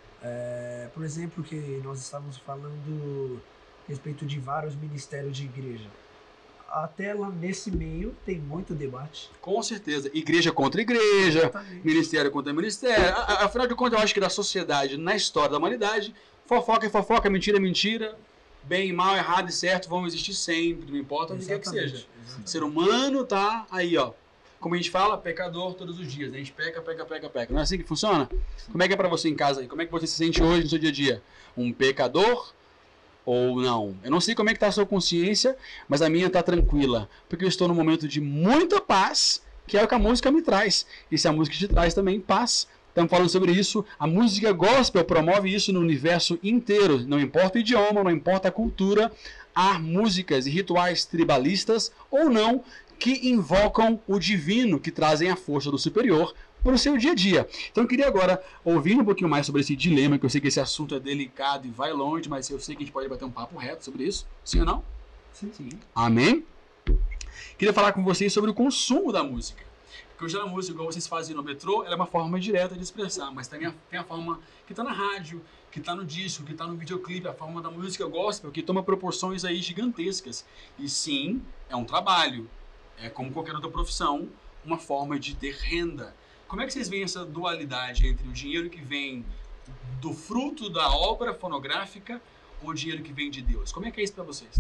Por exemplo, que nós estávamos falando a respeito de vários ministérios de igreja. Até lá nesse meio tem muito debate. Com certeza. Igreja contra igreja, Exatamente. ministério contra ministério. Afinal de contas, eu acho que da sociedade, na história da humanidade, fofoca é fofoca, mentira é mentira, bem, mal, errado e certo vão existir sempre, não importa onde quer que seja. O ser humano tá aí, ó. Como a gente fala, pecador todos os dias. A gente peca. Não é assim que funciona? Como é que é pra você em casa aí? Como é que você se sente hoje no seu dia a dia? Um pecador ou não? Eu não sei como é que tá a sua consciência, mas a minha tá tranquila. Porque eu estou num momento de muita paz, que é o que a música me traz. E se a música te traz também paz, estamos falando sobre isso. A música gospel promove isso no universo inteiro. Não importa o idioma, não importa a cultura. Há músicas e rituais tribalistas ou não que invocam o divino, que trazem a força do superior para o seu dia a dia. Então eu queria agora ouvir um pouquinho mais sobre esse dilema, que eu sei que esse assunto é delicado e vai longe, mas eu sei que a gente pode bater um papo reto sobre isso. Sim ou não? Sim. Amém? Queria falar com vocês sobre o consumo da música. Porque hoje a música, igual vocês fazem no metrô, ela é uma forma direta de expressar, mas também tem a forma que está na rádio, que está no disco, que está no videoclipe, a forma da música gospel, que toma proporções aí gigantescas. E sim, é um trabalho. É como qualquer outra profissão, uma forma de ter renda. Como é que vocês veem essa dualidade entre o dinheiro que vem do fruto da obra fonográfica ou o dinheiro que vem de Deus? Como é que é isso para vocês?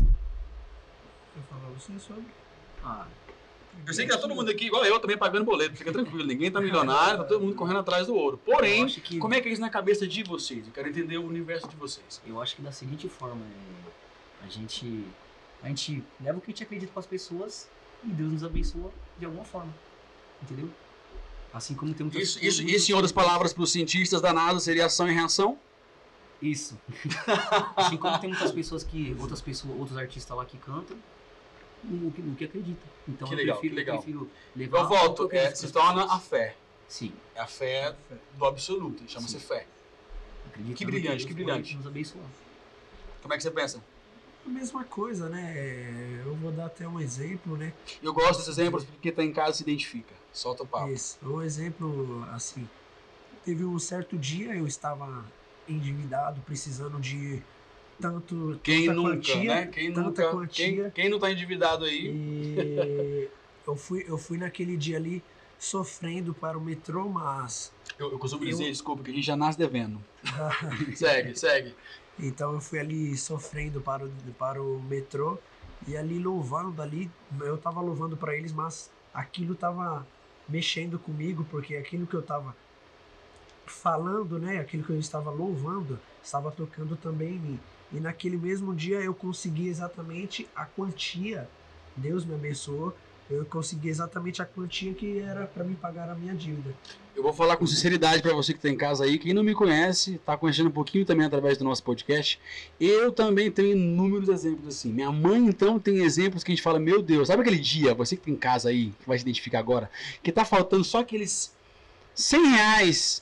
Eu falar você sobre. Eu sei que tá todo mundo aqui, igual eu, também pagando boleto, fica tranquilo, ninguém tá milionário, tá todo mundo correndo atrás do ouro. Porém, como é que é isso na cabeça de vocês? Eu quero entender o universo de vocês. Eu acho que da seguinte forma, a gente leva o que a gente acredita para as pessoas e Deus nos abençoa de alguma forma, entendeu? Assim como tem muitas isso em outras palavras, para os cientistas da NASA, seria ação e reação? Isso. Assim como tem muitas pessoas outros artistas lá que cantam, no que acreditam. Então que eu legal, prefiro levar. Eu volto, se torna a fé. Sim. É a fé do absoluto, chama-se fé. Acredito que brilhante, que brilhante. Nos abençoar. Como é que você pensa? A mesma coisa, né? Eu vou dar até um exemplo, né? Eu gosto desses exemplos porque quem tá em casa se identifica. Solta o papo. Isso. Um exemplo, assim, teve um certo dia eu estava endividado, precisando de tanta quantia, né? Quem não tá endividado aí? E eu fui naquele dia ali sofrendo para o metrô, mas... Eu costumo dizer, desculpa, que a gente já nasce devendo. segue. Então eu fui ali sofrendo para o metrô e ali louvando ali, eu tava louvando para eles, mas aquilo tava mexendo comigo, porque aquilo que eu tava falando, né, aquilo que eu estava louvando, estava tocando também em mim. E naquele mesmo dia eu consegui exatamente a quantia, Deus me abençoou, eu consegui exatamente a quantia que era para me pagar a minha dívida. Eu vou falar com sinceridade para você que está em casa aí, quem não me conhece, está conhecendo um pouquinho também através do nosso podcast, eu também tenho inúmeros exemplos assim. Minha mãe então tem exemplos que a gente fala, meu Deus, sabe aquele dia, você que tem em casa aí, que vai se identificar agora, que tá faltando só aqueles R$100,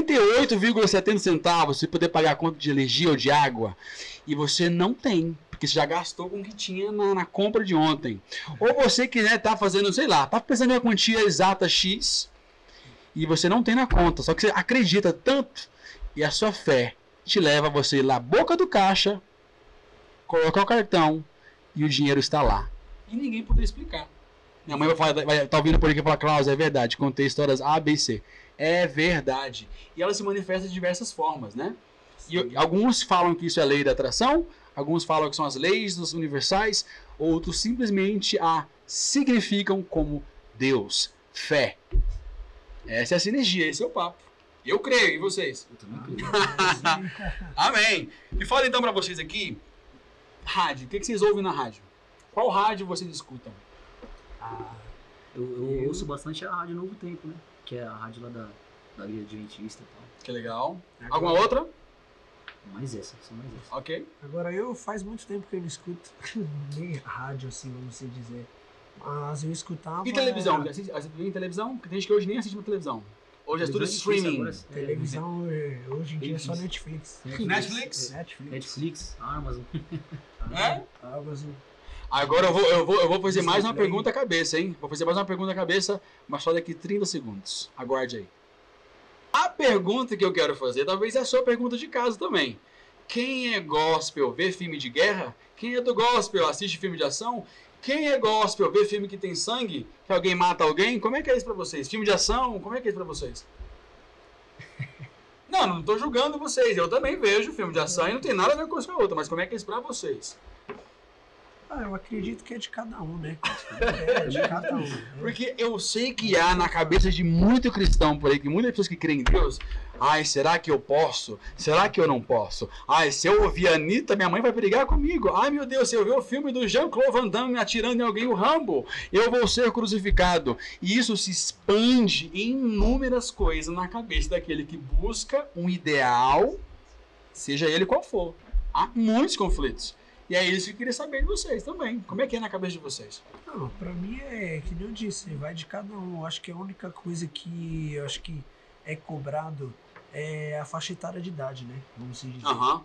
98,70 centavos, você poder pagar a conta de energia ou de água, e você não tem, porque você já gastou com o que tinha na compra de ontem. Ou você que tá fazendo, sei lá, tá pensando em uma quantia exata X, e você não tem na conta, só que você acredita tanto E a sua fé te leva a você ir lá na boca do caixa, colocar o cartão e o dinheiro está lá. E ninguém poderia explicar. Minha mãe vai estar ouvindo por aqui e falar, Klaus, é verdade, contei histórias A, B e C. É verdade. E ela se manifesta de diversas formas, né? E alguns falam que isso é lei da atração, alguns falam que são as leis dos universais, outros simplesmente a significam como Deus, fé. Essa é a sinergia, esse é o papo. Eu creio, e vocês? Eu também creio. Amém. E fala então pra vocês aqui, rádio, o que vocês ouvem na rádio? Qual rádio vocês escutam? Eu ouço bastante a Rádio Novo Tempo, né? Que é a rádio lá da Via Adventista e tal. Que legal. Alguma outra? Mais essa, só mais essa. Ok. Agora faz muito tempo que eu não escuto nem rádio, assim, vamos assim dizer. Mas eu escutava... E televisão? Assiste televisão? Porque tem gente que hoje nem assiste uma televisão. Hoje é tudo streaming. Agora, Televisão hoje em dia é só Netflix. Netflix, Amazon. É? Amazon. Agora eu vou fazer mais uma pergunta cabeça, hein? Vou fazer mais uma pergunta cabeça, mas só daqui 30 segundos. Aguarde aí. A pergunta que eu quero fazer, talvez é a sua pergunta de casa também. Quem é gospel vê filme de guerra? Quem é do gospel assiste filme de ação? Quem é gospel vê filme que tem sangue? Que alguém mata alguém? Como é que é isso pra vocês? Filme de ação? Como é que é isso pra vocês? Não tô julgando vocês. Eu também vejo filme de ação e não tem nada a ver com uma coisa com a outra. Mas como é que é isso pra vocês? Eu acredito que é de cada um, né? É de cada um. Porque eu sei que há na cabeça de muito cristão por aí, que muitas pessoas que creem em Deus, ai, será que eu posso? Será que eu não posso? Ai, se eu ouvir a Anitta, minha mãe vai brigar comigo. Ai, meu Deus, se eu ver o filme do Jean-Claude Van Damme atirando em alguém, o Rambo, eu vou ser crucificado. E isso se expande em inúmeras coisas na cabeça daquele que busca um ideal, seja ele qual for. Há muitos conflitos. E é isso que eu queria saber de vocês também. Como é que é na cabeça de vocês? Não, pra mim é que nem eu disse, vai de cada um. Eu acho que a única coisa que eu acho que é cobrado é a faixa etária de idade, né? Vamos dizer. Aham.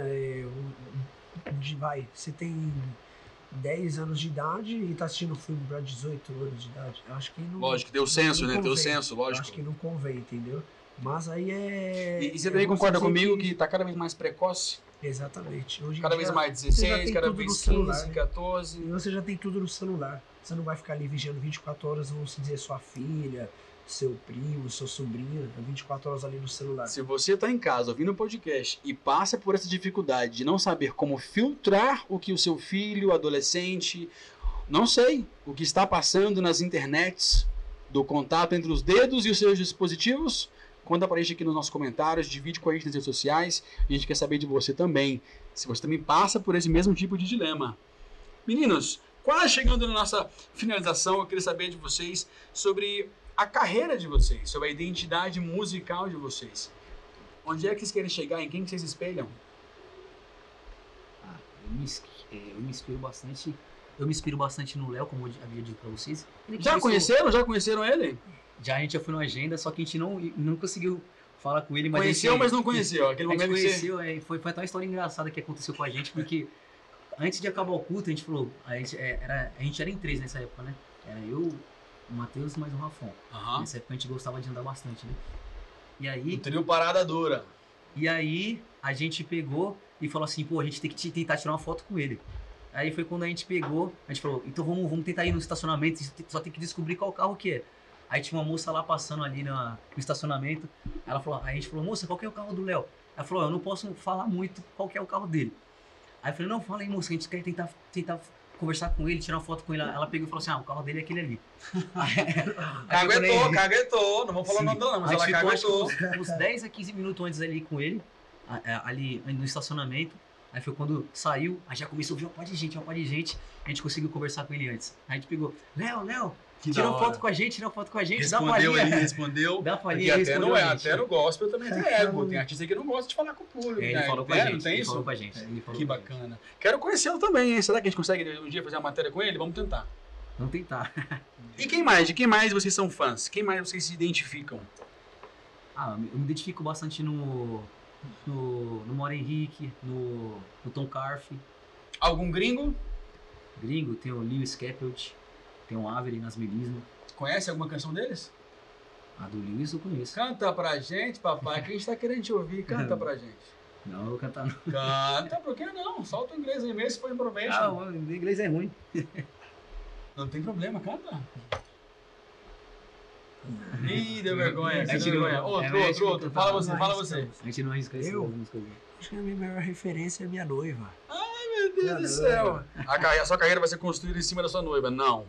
Você tem 10 anos de idade e tá assistindo filme pra 18 anos de idade. Eu acho que não. Lógico, tem o senso, não né? Tem o convém. senso, lógico. Eu acho que não convém, entendeu? Mas aí é. E você também concorda comigo que tá cada vez mais precoce? Exatamente. Hoje em Cada dia, vez mais você já 16, tem cada tudo no vez celular, 15, né? 14. E você já tem tudo no celular. Você não vai ficar ali vigiando 24 horas, vamos dizer, sua filha, seu primo, sua sobrinha, 24 horas ali no celular. Se você está em casa ouvindo um podcast e passa por essa dificuldade de não saber como filtrar o que o seu filho, adolescente, não sei, o que está passando nas internets, do contato entre os dedos e os seus dispositivos, conta pra gente aqui nos nossos comentários, divide com a gente nas redes sociais, a gente quer saber de você também, se você também passa por esse mesmo tipo de dilema. Meninos, quase chegando na nossa finalização, eu queria saber de vocês sobre a carreira de vocês, sobre a identidade musical de vocês. Onde é que vocês querem chegar? Em quem que vocês espelham? Eu me inspiro bastante. Eu me inspiro bastante no Léo, como eu havia dito pra vocês. Já conheceram? Já conheceram ele? Já a gente já foi numa agenda, só que a gente não conseguiu falar com ele. Mas Conheceu, mas não conheceu. Aquele a gente momento conheceu, foi até uma história engraçada que aconteceu com a gente, porque antes de acabar o culto, a gente falou, a gente era em 3 nessa época, né? Era eu, o Matheus e mais o Rafão. Aham. Nessa época a gente gostava de andar bastante, né? E aí... O trio Parada Dura. E aí a gente pegou e falou assim, pô, a gente tem que tentar tirar uma foto com ele. Aí foi quando a gente pegou, a gente falou, então vamos tentar ir no estacionamento, só tem que descobrir qual carro que é. Aí tinha uma moça lá passando ali no estacionamento, aí a gente falou, moça, qual que é o carro do Léo? Ela falou, eu não posso falar muito qual que é o carro dele. Aí eu falei, não, fala aí, moça, a gente quer tentar conversar com ele, tirar uma foto com ele. Ela pegou e falou assim, o carro dele é aquele ali. Caguetou, não vou falar o nome dela não, mas ela caguetou. Uns 10 a 15 minutos antes ali com ele, ali no estacionamento. Aí foi quando saiu, aí já começou a vir uma par de gente, a gente conseguiu conversar com ele antes. Aí a gente pegou, Léo, tira uma foto com a gente, Respondeu. Dá palhinha, até no gospel também tem ego, tem artista que não gosta de falar com o público. Ele falou com a gente, não tem ele isso? falou com a gente. Que bacana. Quero conhecê-lo também, hein? Será que a gente consegue um dia fazer uma matéria com ele? Vamos tentar. Vamos tentar. E quem mais? De quem mais vocês são fãs? Quem mais vocês se identificam? Eu me identifico bastante no Mauro Henrique, no Tom Carf. Algum gringo? Gringo, tem o Lewis Capelt, tem o Avery nas Melismo. Conhece alguma canção deles? A do Lewis eu conheço. Canta pra gente, papai, que a gente tá querendo te ouvir. Canta pra gente. Não, eu vou cantar não. Canta, por que não? Solta o inglês aí mesmo, se for information. Ah, o inglês é ruim. Não tem problema, canta. Ih, deu vergonha. A gente Deu não- vergonha. Outro. Fala você, Não, fala isso você. não. A gente não arrisca isso. Eu? nas músicas dele. Acho que a minha maior referência é minha noiva. Meu Deus do céu. A sua carreira vai ser construída em cima da sua noiva. Não.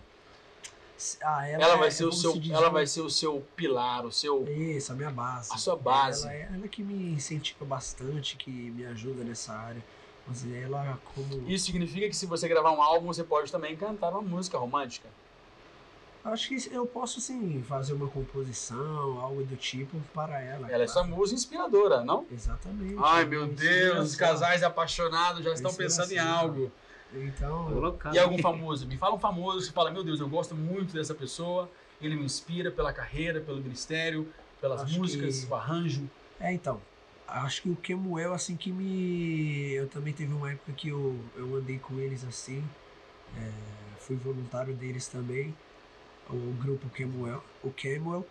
Ela vai ser o seu, ela vai ser o seu pilar, o seu, Isso, a minha base. a sua base. Ela que me incentiva bastante, que me ajuda nessa área. Mas ela como... Isso significa que se você gravar um álbum, você pode também cantar uma música romântica. Acho que eu posso sim fazer uma composição, algo do tipo para ela. Ela é sua musa inspiradora, não? Exatamente. Ai, É meu uma Deus, os inspiração. casais apaixonados já estão pensando em Inspiração. algo. Então, Vou colocar. E algum famoso? Me fala um famoso, você fala, meu Deus, eu gosto muito dessa pessoa, ele me inspira pela carreira, pelo ministério, pelas Acho músicas, que- o arranjo. então, acho que o Kemuel, assim, que me... Eu também teve uma época que eu andei com eles, assim, fui voluntário deles também, o grupo Kemuel, o Kemuel,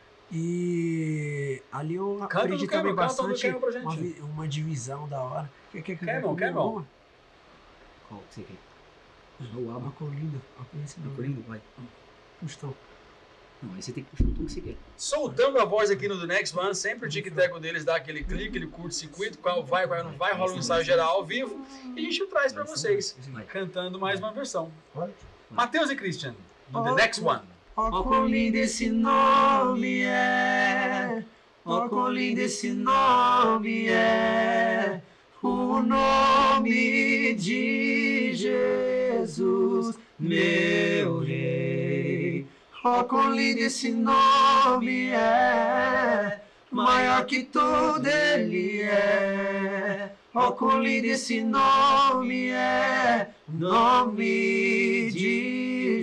e ali eu Canta aprendi do Kemuel, também canta do bastante Kemuel pra gente. uma divisão da hora. Quer cantar Kemuel, comigo Kemuel. alguma? Qual que você quer? O álbum. Uma colinda, conhece não. Coringa, vai. Pustão. Não, aí você tem que puxar o tom que você quer. Soltando a voz aqui no The Next One, sempre o tic-tac deles dá aquele clique, ele curte circuito, qual vai, qual não vai, rola um ensaio geral ao vivo e a gente traz pra vocês, Vai. cantando mais uma versão. Pode? Matheus e Christian, do The Next One. Ó, quão lindo esse nome é. Ó, quão lindo esse nome é. O nome de Jesus, meu Rei. Ó, quão lindo esse nome é. Maior que tudo ele é. Ó, quão lindo esse nome é. Nome de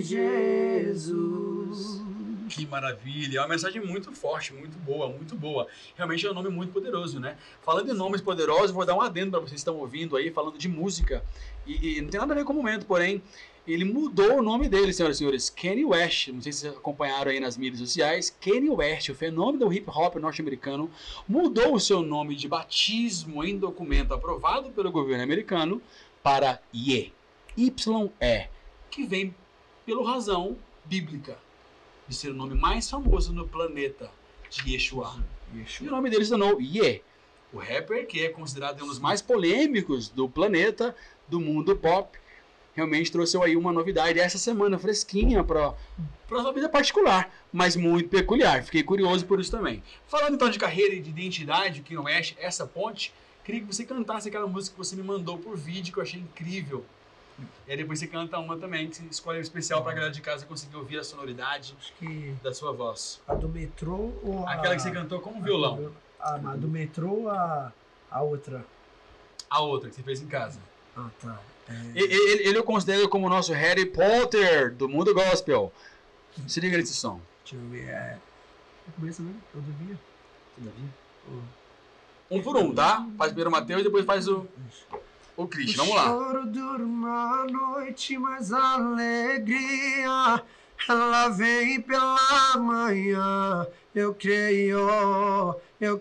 Jesus. Que maravilha, é uma mensagem muito forte, muito boa. Realmente é um nome muito poderoso, né? Falando em nomes poderosos, vou dar um adendo para vocês que estão ouvindo aí, falando de música. E não tem nada a ver com o momento, porém, ele mudou o nome dele, senhoras e senhores. Kanye West, não sei se vocês acompanharam aí nas mídias sociais. Kanye West, o fenômeno do hip hop norte-americano, mudou o seu nome de batismo em documento aprovado pelo governo americano para Ye, Y-E, que vem pela razão bíblica de ser o nome mais famoso no planeta de Yeshua. E o nome dele se tornou Ye. O rapper, que é considerado um dos mais polêmicos do planeta, do mundo pop, realmente trouxe aí uma novidade essa semana, fresquinha, para sua vida particular, mas muito peculiar. Fiquei curioso por isso também. Falando então de carreira e de identidade, que não é essa ponte, queria que você cantasse aquela música que você me mandou por vídeo, que eu achei incrível. E aí depois você canta uma também, que você escolhe um especial pra galera de casa conseguir ouvir a sonoridade Acho que da sua voz. a do metrô ou a... Aquela que você cantou com violão. A do metrô ou a outra? A outra que você fez em casa. Ah, tá. Ele eu considero como o nosso Harry Potter do mundo gospel. Se liga nesse som. Deixa eu ver. Começa, né? Eu devia. Todavia. Um por um, tá? Faz primeiro o Matheus e depois faz o Christian. Vamos lá. O choro dura uma noite, mas a alegria ela vem pela manhã. Eu creio,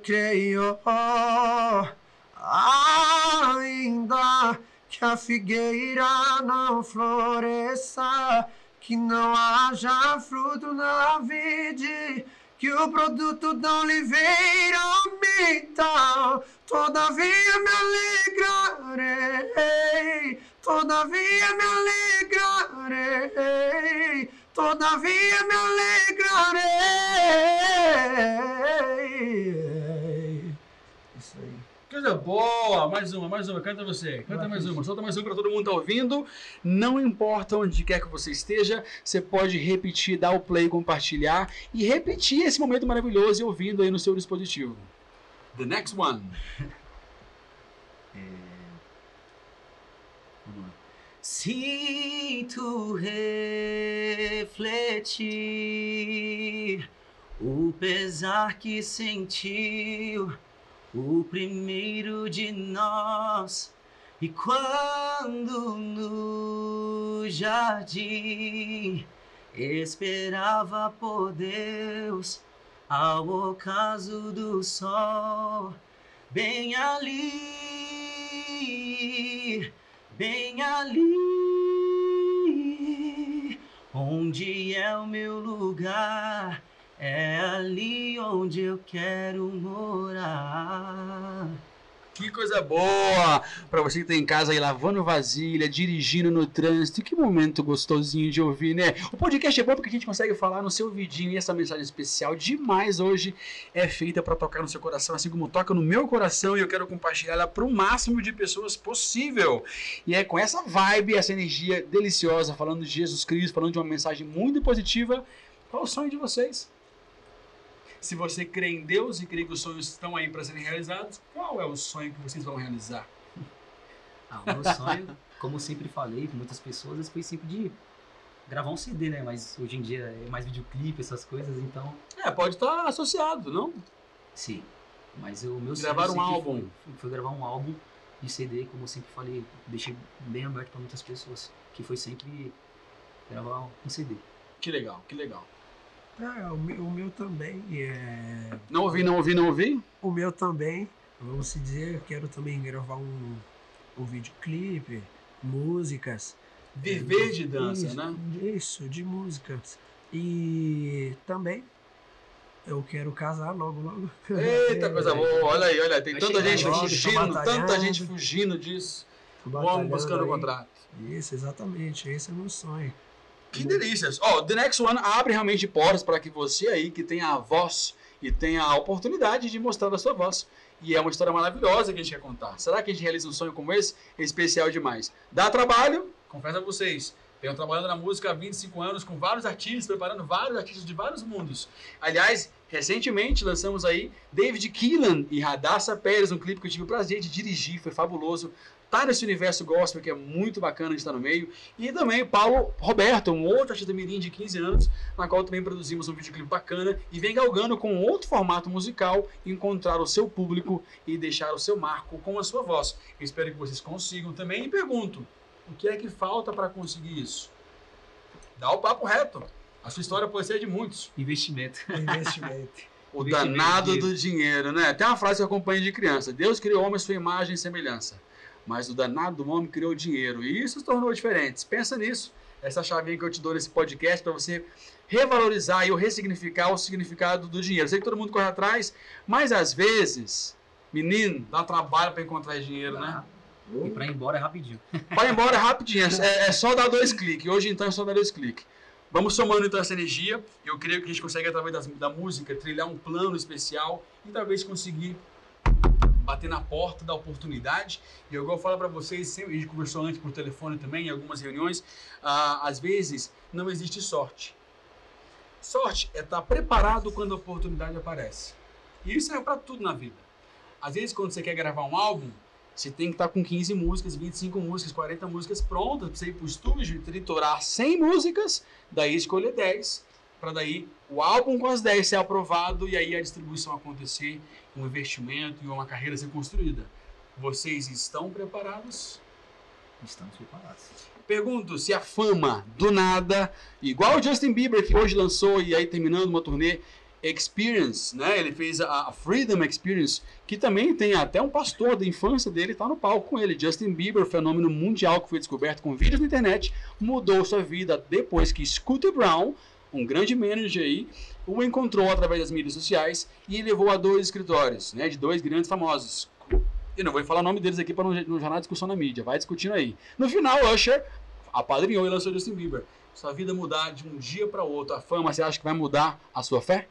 ainda que a figueira não floresça, que não haja fruto na vide, que o produto da oliveira minta. Todavia me alegrarei, todavia me alegrarei, todavia me alegrarei. Isso aí. Coisa boa! Mais uma. Canta você. Canta mais uma. Solta mais uma pra todo mundo tá ouvindo. Não importa onde quer que você esteja, você pode repetir, dar o play, compartilhar e repetir esse momento maravilhoso e ouvindo aí no seu dispositivo. The next one. Vamos lá. Se tu refletir o pesar que sentiu o primeiro de nós, e quando no jardim esperava por Deus, ao ocaso do sol, bem ali, onde é o meu lugar, é ali onde eu quero morar. Que coisa boa! Pra você que tá em casa aí lavando vasilha, dirigindo no trânsito, que momento gostosinho de ouvir, né? O podcast é bom porque a gente consegue falar no seu vidinho e essa mensagem especial demais hoje é feita pra tocar no seu coração, assim como toca no meu coração, e eu quero compartilhar ela pro máximo de pessoas possível. E é com essa vibe, essa energia deliciosa, falando de Jesus Cristo, falando de uma mensagem muito positiva. Qual é o sonho de vocês? Se você crê em Deus e crê que os sonhos estão aí para serem realizados, qual é o sonho que vocês vão realizar? O meu sonho, como eu sempre falei com muitas pessoas, foi sempre de gravar um CD, né? Mas hoje em dia é mais videoclipe, essas coisas, então... Pode estar associado, não? Sim, mas o meu sonho Gravar um sempre álbum. foi gravar um álbum de CD, como eu sempre falei, deixei bem aberto para muitas pessoas, que foi sempre gravar um CD. Que legal, que legal. O meu também é... Não ouvi. O meu também, vamos se dizer, eu quero também gravar um videoclipe, músicas. Viver de dança, isso, né? Isso, de músicas. E também eu quero casar logo. Eita, coisa boa. Olha aí, tem tanta gente fugindo, fugindo disso. Vamos batalhando buscando o aí. contrato. Isso, exatamente, esse é o meu sonho. Que delícias. The Next One abre realmente portas para que você aí que tem a voz e tem a oportunidade de mostrar a sua voz. E é uma história maravilhosa que a gente quer contar. Será que a gente realiza um sonho como esse? É especial demais. Dá trabalho? Confesso a vocês. Venho trabalhando na música há 25 anos com vários artistas, preparando vários artistas de vários mundos. Aliás, recentemente lançamos aí David Keelan e Radassa Pérez, um clipe que eu tive o prazer de dirigir, foi fabuloso. Tá nesse universo gospel que é muito bacana de estar no meio. E também Paulo Roberto, um outro artista mirim de 15 anos, na qual também produzimos um videoclipe bacana e vem galgando com outro formato musical, encontrar o seu público e deixar o seu marco com a sua voz. Eu espero que vocês consigam também e pergunto, o que é que falta para conseguir isso? Dá o papo reto. A sua história pode ser de muitos. Investimento. O danado do dinheiro, né? Tem uma frase que eu acompanho de criança. Deus criou o homem à sua imagem e semelhança. Mas o danado do homem criou o dinheiro. E isso se tornou diferente. Pensa nisso. Essa chavinha que eu te dou nesse podcast para você revalorizar e ressignificar o significado do dinheiro. Eu sei que todo mundo corre atrás, mas às vezes, menino, dá trabalho para encontrar dinheiro, né? E para ir embora é rapidinho. Para ir embora é rapidinho. É só dar 2 cliques. Hoje então é só dar 2 cliques. Vamos somando então essa energia. Eu creio que a gente consegue, através da música, trilhar um plano especial e talvez conseguir bater na porta da oportunidade. E eu vou falar para vocês, sempre, a gente conversou antes por telefone também, em algumas reuniões, às vezes não existe sorte. Sorte é estar preparado quando a oportunidade aparece. E isso é para tudo na vida. Às vezes quando você quer gravar um álbum, você tem que estar com 15 músicas, 25 músicas, 40 músicas prontas para você ir para o estúdio, triturar 100 músicas, daí escolher 10, para daí o álbum com as 10 ser aprovado e aí a distribuição acontecer, um investimento e uma carreira ser construída. Vocês estão preparados? Estamos preparados. Pergunto se a fama, do nada, igual o Justin Bieber, que hoje lançou e aí terminando uma turnê, Experience, né? Ele fez a Freedom Experience, que também tem até um pastor da infância dele, tá no palco com ele. Justin Bieber, fenômeno mundial que foi descoberto com vídeos na internet, mudou sua vida depois que Scooter Brown, um grande manager aí, o encontrou através das mídias sociais e levou a 2 escritórios, né? De 2 grandes famosos. Eu não vou falar o nome deles aqui para não gerar discussão na mídia, vai discutindo aí. No final, Usher apadrinhou e lançou Justin Bieber. Sua vida mudar de um dia para outro, a fama, você acha que vai mudar a sua fé?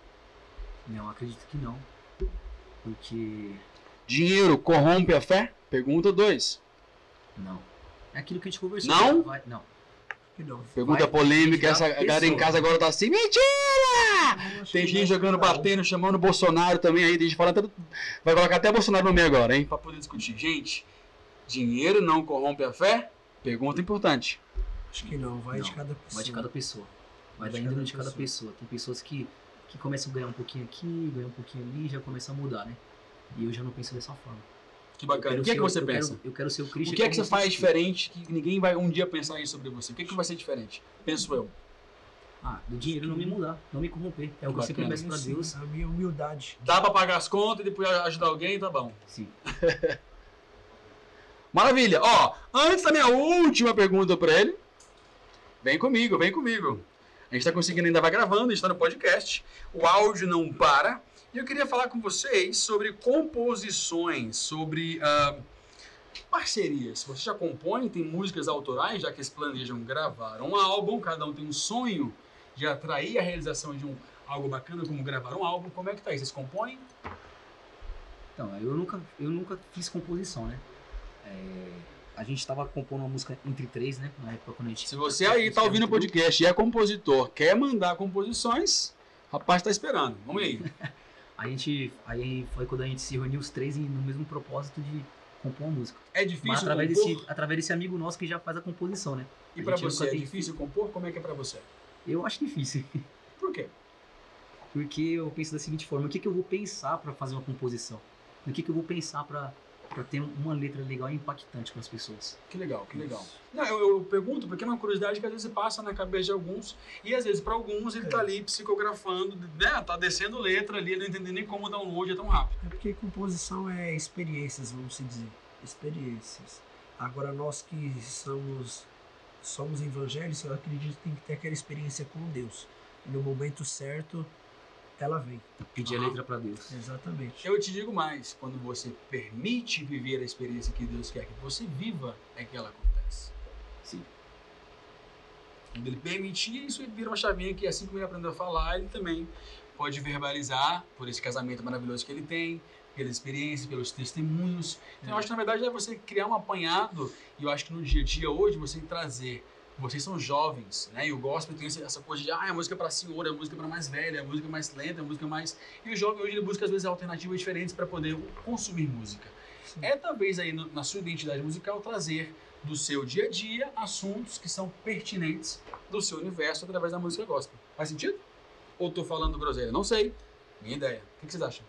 Não, acredito que não. Porque... Dinheiro corrompe a fé? Pergunta 2. Não. É aquilo que a gente conversou. Não? Não. Pergunta polêmica, essa galera em casa agora tá assim, mentira! Tem gente jogando, batendo, chamando o Bolsonaro também aí, tem gente falando, vai colocar até Bolsonaro no meio agora, hein, pra poder discutir. Gente, dinheiro não corrompe a fé? Pergunta importante. Acho que não, vai de cada pessoa. Vai de cada pessoa. Vai da índole de cada pessoa. Tem pessoas que começam a ganhar um pouquinho aqui, ganhar um pouquinho ali, já começam a mudar, né? E eu já não penso dessa forma. Que bacana. O que é que você pensa? Eu quero ser o Christian. O que é que você faz diferente que ninguém vai um dia pensar isso sobre você? O que é que vai ser diferente? Penso eu. Do dinheiro não me mudar, não me corromper. É o que eu sempre Bacana. peço pra Deus. A minha humildade. Dá pra pagar as contas e depois ajudar alguém, tá bom. Sim. Maravilha. Ó, antes da minha última pergunta pra ele, vem comigo, vem comigo. A gente tá conseguindo, ainda vai gravando, a gente tá no podcast, o áudio não para. E eu queria falar com vocês sobre composições, sobre parcerias. Você já compõe, tem músicas autorais, já que eles planejam gravar um álbum, cada um tem um sonho de atrair a realização de algo bacana como gravar um álbum. Como é que tá aí? Vocês compõem? Então, eu nunca fiz composição, né? A gente tava compondo uma música entre três, né? Na época quando a gente... Se você aí tá ouvindo o podcast e é compositor, quer mandar composições, rapaz tá esperando. Vamos aí. Aí foi quando a gente se reuniu os três no mesmo propósito de compor uma música. É difícil Mas compor? através desse amigo nosso que já faz a composição, né? E A pra gente você, nunca é tem- difícil compor? Como é que é pra você? Eu acho difícil. Por quê? Porque eu penso da seguinte forma, o que eu vou pensar pra fazer uma composição? No que eu vou pensar pra ter uma letra legal e impactante para as pessoas? Que legal, que legal. Não, eu pergunto porque é uma curiosidade que às vezes passa na cabeça de alguns e às vezes pra alguns ele tá ali psicografando, né? Tá descendo letra ali, não entendendo nem como o download é tão rápido. É porque composição é experiências, vamos se dizer. Experiências. Agora nós que somos evangélicos, eu acredito que tem que ter aquela experiência com Deus. E no momento certo, ela vem. Pedir a letra para Deus. Exatamente. Eu te digo mais, quando você permite viver a experiência que Deus quer que você viva, é que ela acontece. Sim. Quando ele permitir, isso vira uma chavinha que assim como ele aprendeu a falar, ele também pode verbalizar por esse casamento maravilhoso que ele tem, pelas experiências, pelos testemunhos. Então eu acho que na verdade é você criar um apanhado, e eu acho que no dia a dia hoje você trazer, vocês são jovens, né? E o gospel tem essa coisa de, a música para senhor, a música para mais velha, a música mais lenta, a música mais... E o jovem hoje ele busca às vezes alternativas diferentes para poder consumir música. Sim. É talvez aí na sua identidade musical trazer do seu dia a dia assuntos que são pertinentes do seu universo através da música gospel. Faz sentido? Ou tô falando groselha? Não sei. Minha ideia. O que vocês acham?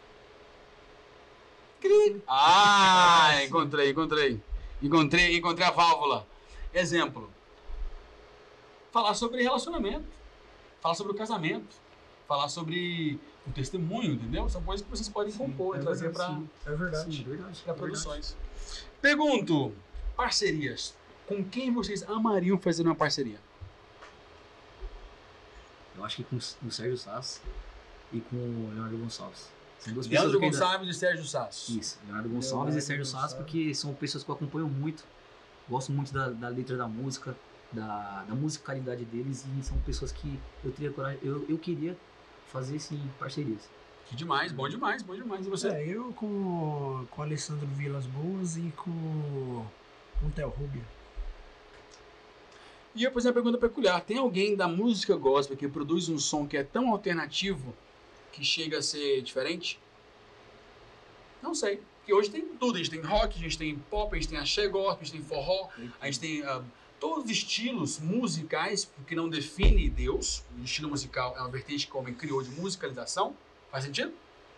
Encontrei a válvula. Exemplo. Falar sobre relacionamento. Falar sobre o casamento. Falar sobre o testemunho, entendeu? São coisas que vocês podem compor e trazer para É verdade. Sim, verdade. produções. Pergunto, parcerias. Com quem vocês amariam fazer uma parceria? Eu acho que com o Sérgio Sass e com o Leonardo Gonçalves. São duas Leandro pessoas que ainda- Gonçalves e Sérgio Sasso. Isso, Leonardo Gonçalves Leonardo e Sérgio Sass, Gonçalves. porque são pessoas que eu acompanho muito. Gosto muito da letra da música, da musicalidade deles, e são pessoas que eu teria coragem, eu queria fazer sim parcerias. Que demais, bom demais, bom demais. E você? Eu com o Alessandro Vilas Boas e com o Theo Rubio. E eu vou fazer uma pergunta peculiar. Tem alguém da música gospel que produz um som que é tão alternativo que chega a ser diferente? Não sei. Porque hoje tem tudo. A gente tem rock, a gente tem pop, a gente tem axé gospel, a gente tem forró, a gente tem todos os estilos musicais que não define Deus. O estilo musical é uma vertente que o homem criou de musicalização. Faz sentido?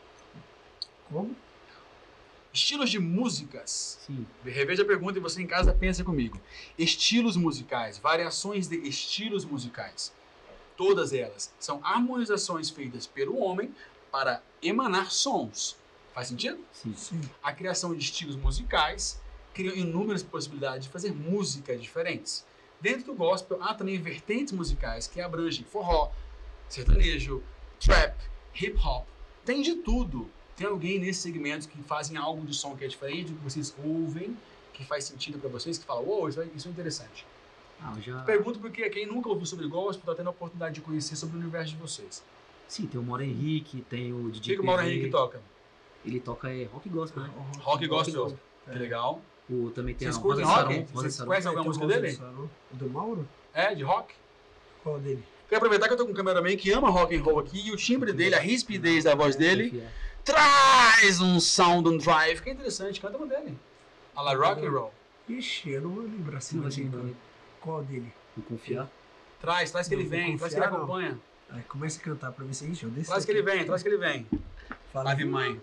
Como? Estilos de músicas. Sim, Reveja a pergunta e você em casa pensa comigo. Estilos musicais, variações de estilos musicais. Todas elas são harmonizações feitas pelo homem para emanar sons. Faz sentido? sim. Sim. A criação de estilos musicais cria inúmeras possibilidades de fazer músicas diferentes. Dentro do gospel há também vertentes musicais que abrangem forró, sertanejo, trap, hip hop. Tem de tudo. Tem alguém nesses segmentos que fazem algo de som que é diferente do que vocês ouvem, que faz sentido para vocês, que falam, uou, isso é interessante. Eu já... Pergunto porque quem nunca ouviu sobre gospel está tendo a oportunidade de conhecer sobre o universo de vocês. Sim, tem o Mauro Henrique, tem o O DJ que o Mauro PV. Henrique toca? Ele toca rock gospel, né? Rock gospel. gospel. Que legal. Também tem Vocês a curtem Rosa rock? Sarão. Rosa Vocês Sarão. conhecem alguma música dele? Do Mauro? É, de rock? Qual dele? Quero aproveitar que eu tô com um cameraman que ama rock and roll aqui e o timbre dele, a rispidez da voz dele, traz um sound, um drive. Que é interessante, canta uma dele. A la rock and roll. Ixi, eu não vou lembrar assim. Sim, vai ser então. Qual dele? Vou confiar. Traz que ele Não, vem, vou traz que ele confiar, não. acompanha. Aí começa a cantar pra ver se ixi, eu desço. Traz que ele vem, traz que ele vem. Fala, Ave mãe.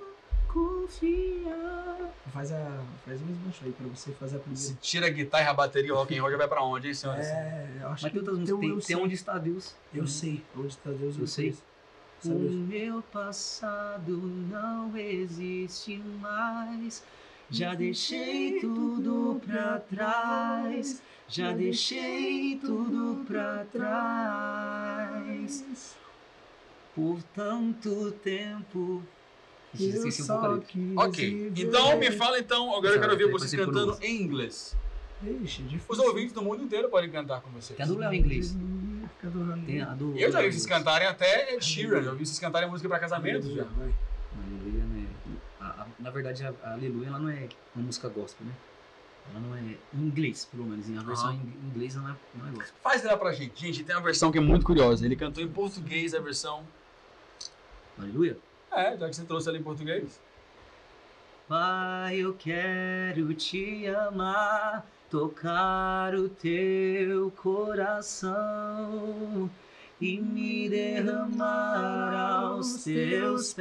confiar. Faz mais baixo aí pra você fazer a primeira. Se tira a guitarra e a bateria, o rock and roll já vai pra onde, hein, senhores? Eu acho Mas que tem outras músicas, tem Eu Onde Está Deus. Eu sei, onde está Deus. Eu sei. Conheço. O Sabe? meu passado não existe mais. Já deixei tudo pra trás. Já deixei tudo pra trás. Por tanto tempo. Ixi, Eu esqueci um só pouco ali. quis Ok, viver. então me fala então, agora eu quero ver Depois vocês tem por cantando música. em inglês. Ixi, difícil. Os ouvintes do mundo inteiro podem cantar com vocês. Tem a do Léo em inglês. Fica do rolê. Tem a do. Eu já vi vocês cantarem até Ed Sheeran, eu vi vocês cantarem música pra casamento já. Vai. Aleluia, né? Na verdade, a Aleluia ela não é uma música gospel, né? Ela não é em inglês, pelo menos. A versão em inglês não é gospel. Faz ela pra gente. Gente, tem uma versão que é muito curiosa. Ele cantou em português a versão. Aleluia? É, já que você trouxe ela em português. Pai, eu quero te amar, tocar o teu coração e me derramar aos teus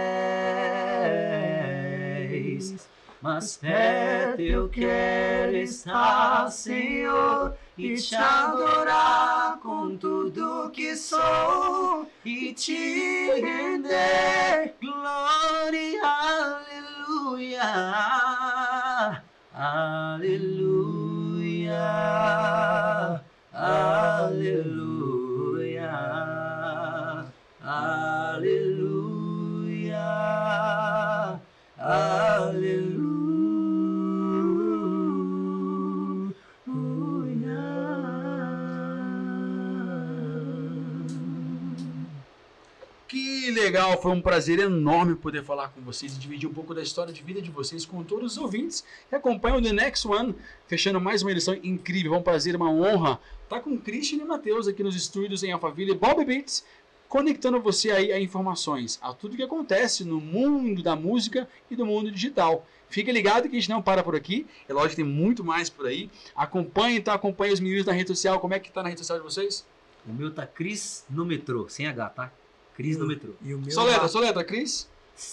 pés. Mas perto eu quero estar, Senhor, e te adorar com tudo que sou e te render glória, aleluia, aleluia, aleluia, aleluia, aleluia. Que legal, foi um prazer enorme poder falar com vocês e dividir um pouco da história de vida de vocês com todos os ouvintes que acompanham o The Next One, fechando mais uma edição incrível. É um prazer, uma honra estar com Christian e Matheus aqui nos estúdios em Alphaville e Bobby Beats, conectando você aí a informações, a tudo que acontece no mundo da música e do mundo digital. Fique ligado que a gente não para por aqui, é lógico que tem muito mais por aí. Acompanhe, então, acompanhe os meninos na rede social. Como é que tá na rede social de vocês? O meu tá Cris no metrô, sem H, tá? Cris no metrô. E o meu Só letra, Cris?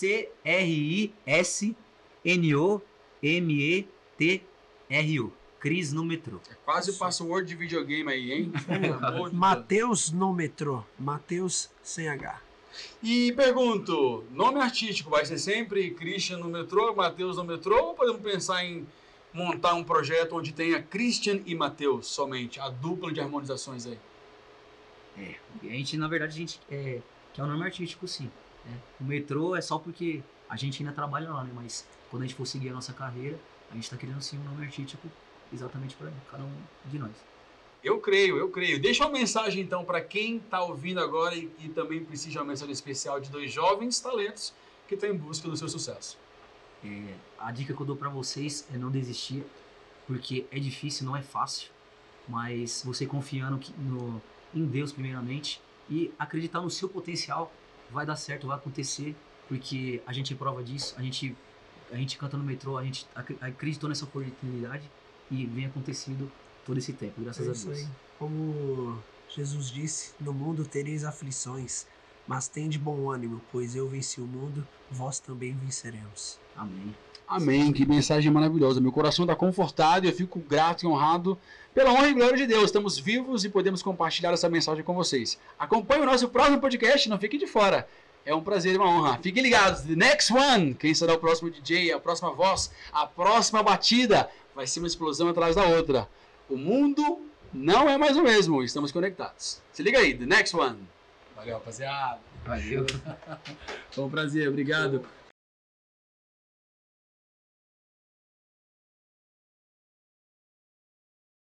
CRISNOMETRO. Cris no metrô. É quase o password de videogame aí, hein? Pelo amor de Deus. Matheus no metrô. Matheus sem H. E pergunto, nome artístico vai ser sempre Christian no metrô, Matheus no metrô, ou podemos pensar em montar um projeto onde tenha Christian e Matheus somente, a dupla de harmonizações aí? A gente, na verdade, a gente quer um nome artístico, sim. Né? O metrô é só porque a gente ainda trabalha lá, né? Mas quando a gente for seguir a nossa carreira, a gente tá querendo, sim, um nome artístico exatamente para cada um de nós. Eu creio. Deixa uma mensagem então para quem está ouvindo agora e também precisa de uma mensagem especial de dois jovens talentos que estão em busca do seu sucesso. A dica que eu dou para vocês é não desistir, porque é difícil, não é fácil, mas você confiando em Deus primeiramente e acreditar no seu potencial, vai dar certo, vai acontecer, porque a gente é prova disso, a gente canta no metrô, a gente acreditou nessa oportunidade e vem acontecendo todo esse tempo, graças a Deus. Aí. Como Jesus disse, no mundo tereis aflições, mas tende bom ânimo, pois eu venci o mundo, vós também venceremos. Amém. Amém, que mensagem maravilhosa. Meu coração está confortado e eu fico grato e honrado pela honra e glória de Deus. Estamos vivos e podemos compartilhar essa mensagem com vocês. Acompanhe o nosso próximo podcast, não fique de fora. É um prazer e uma honra. Fiquem ligados. The Next One. Quem será o próximo DJ, a próxima voz, a próxima batida. Vai ser uma explosão atrás da outra. O mundo não é mais o mesmo. Estamos conectados. Se liga aí. The Next One. Valeu, rapaziada. Valeu. Foi um prazer. Obrigado.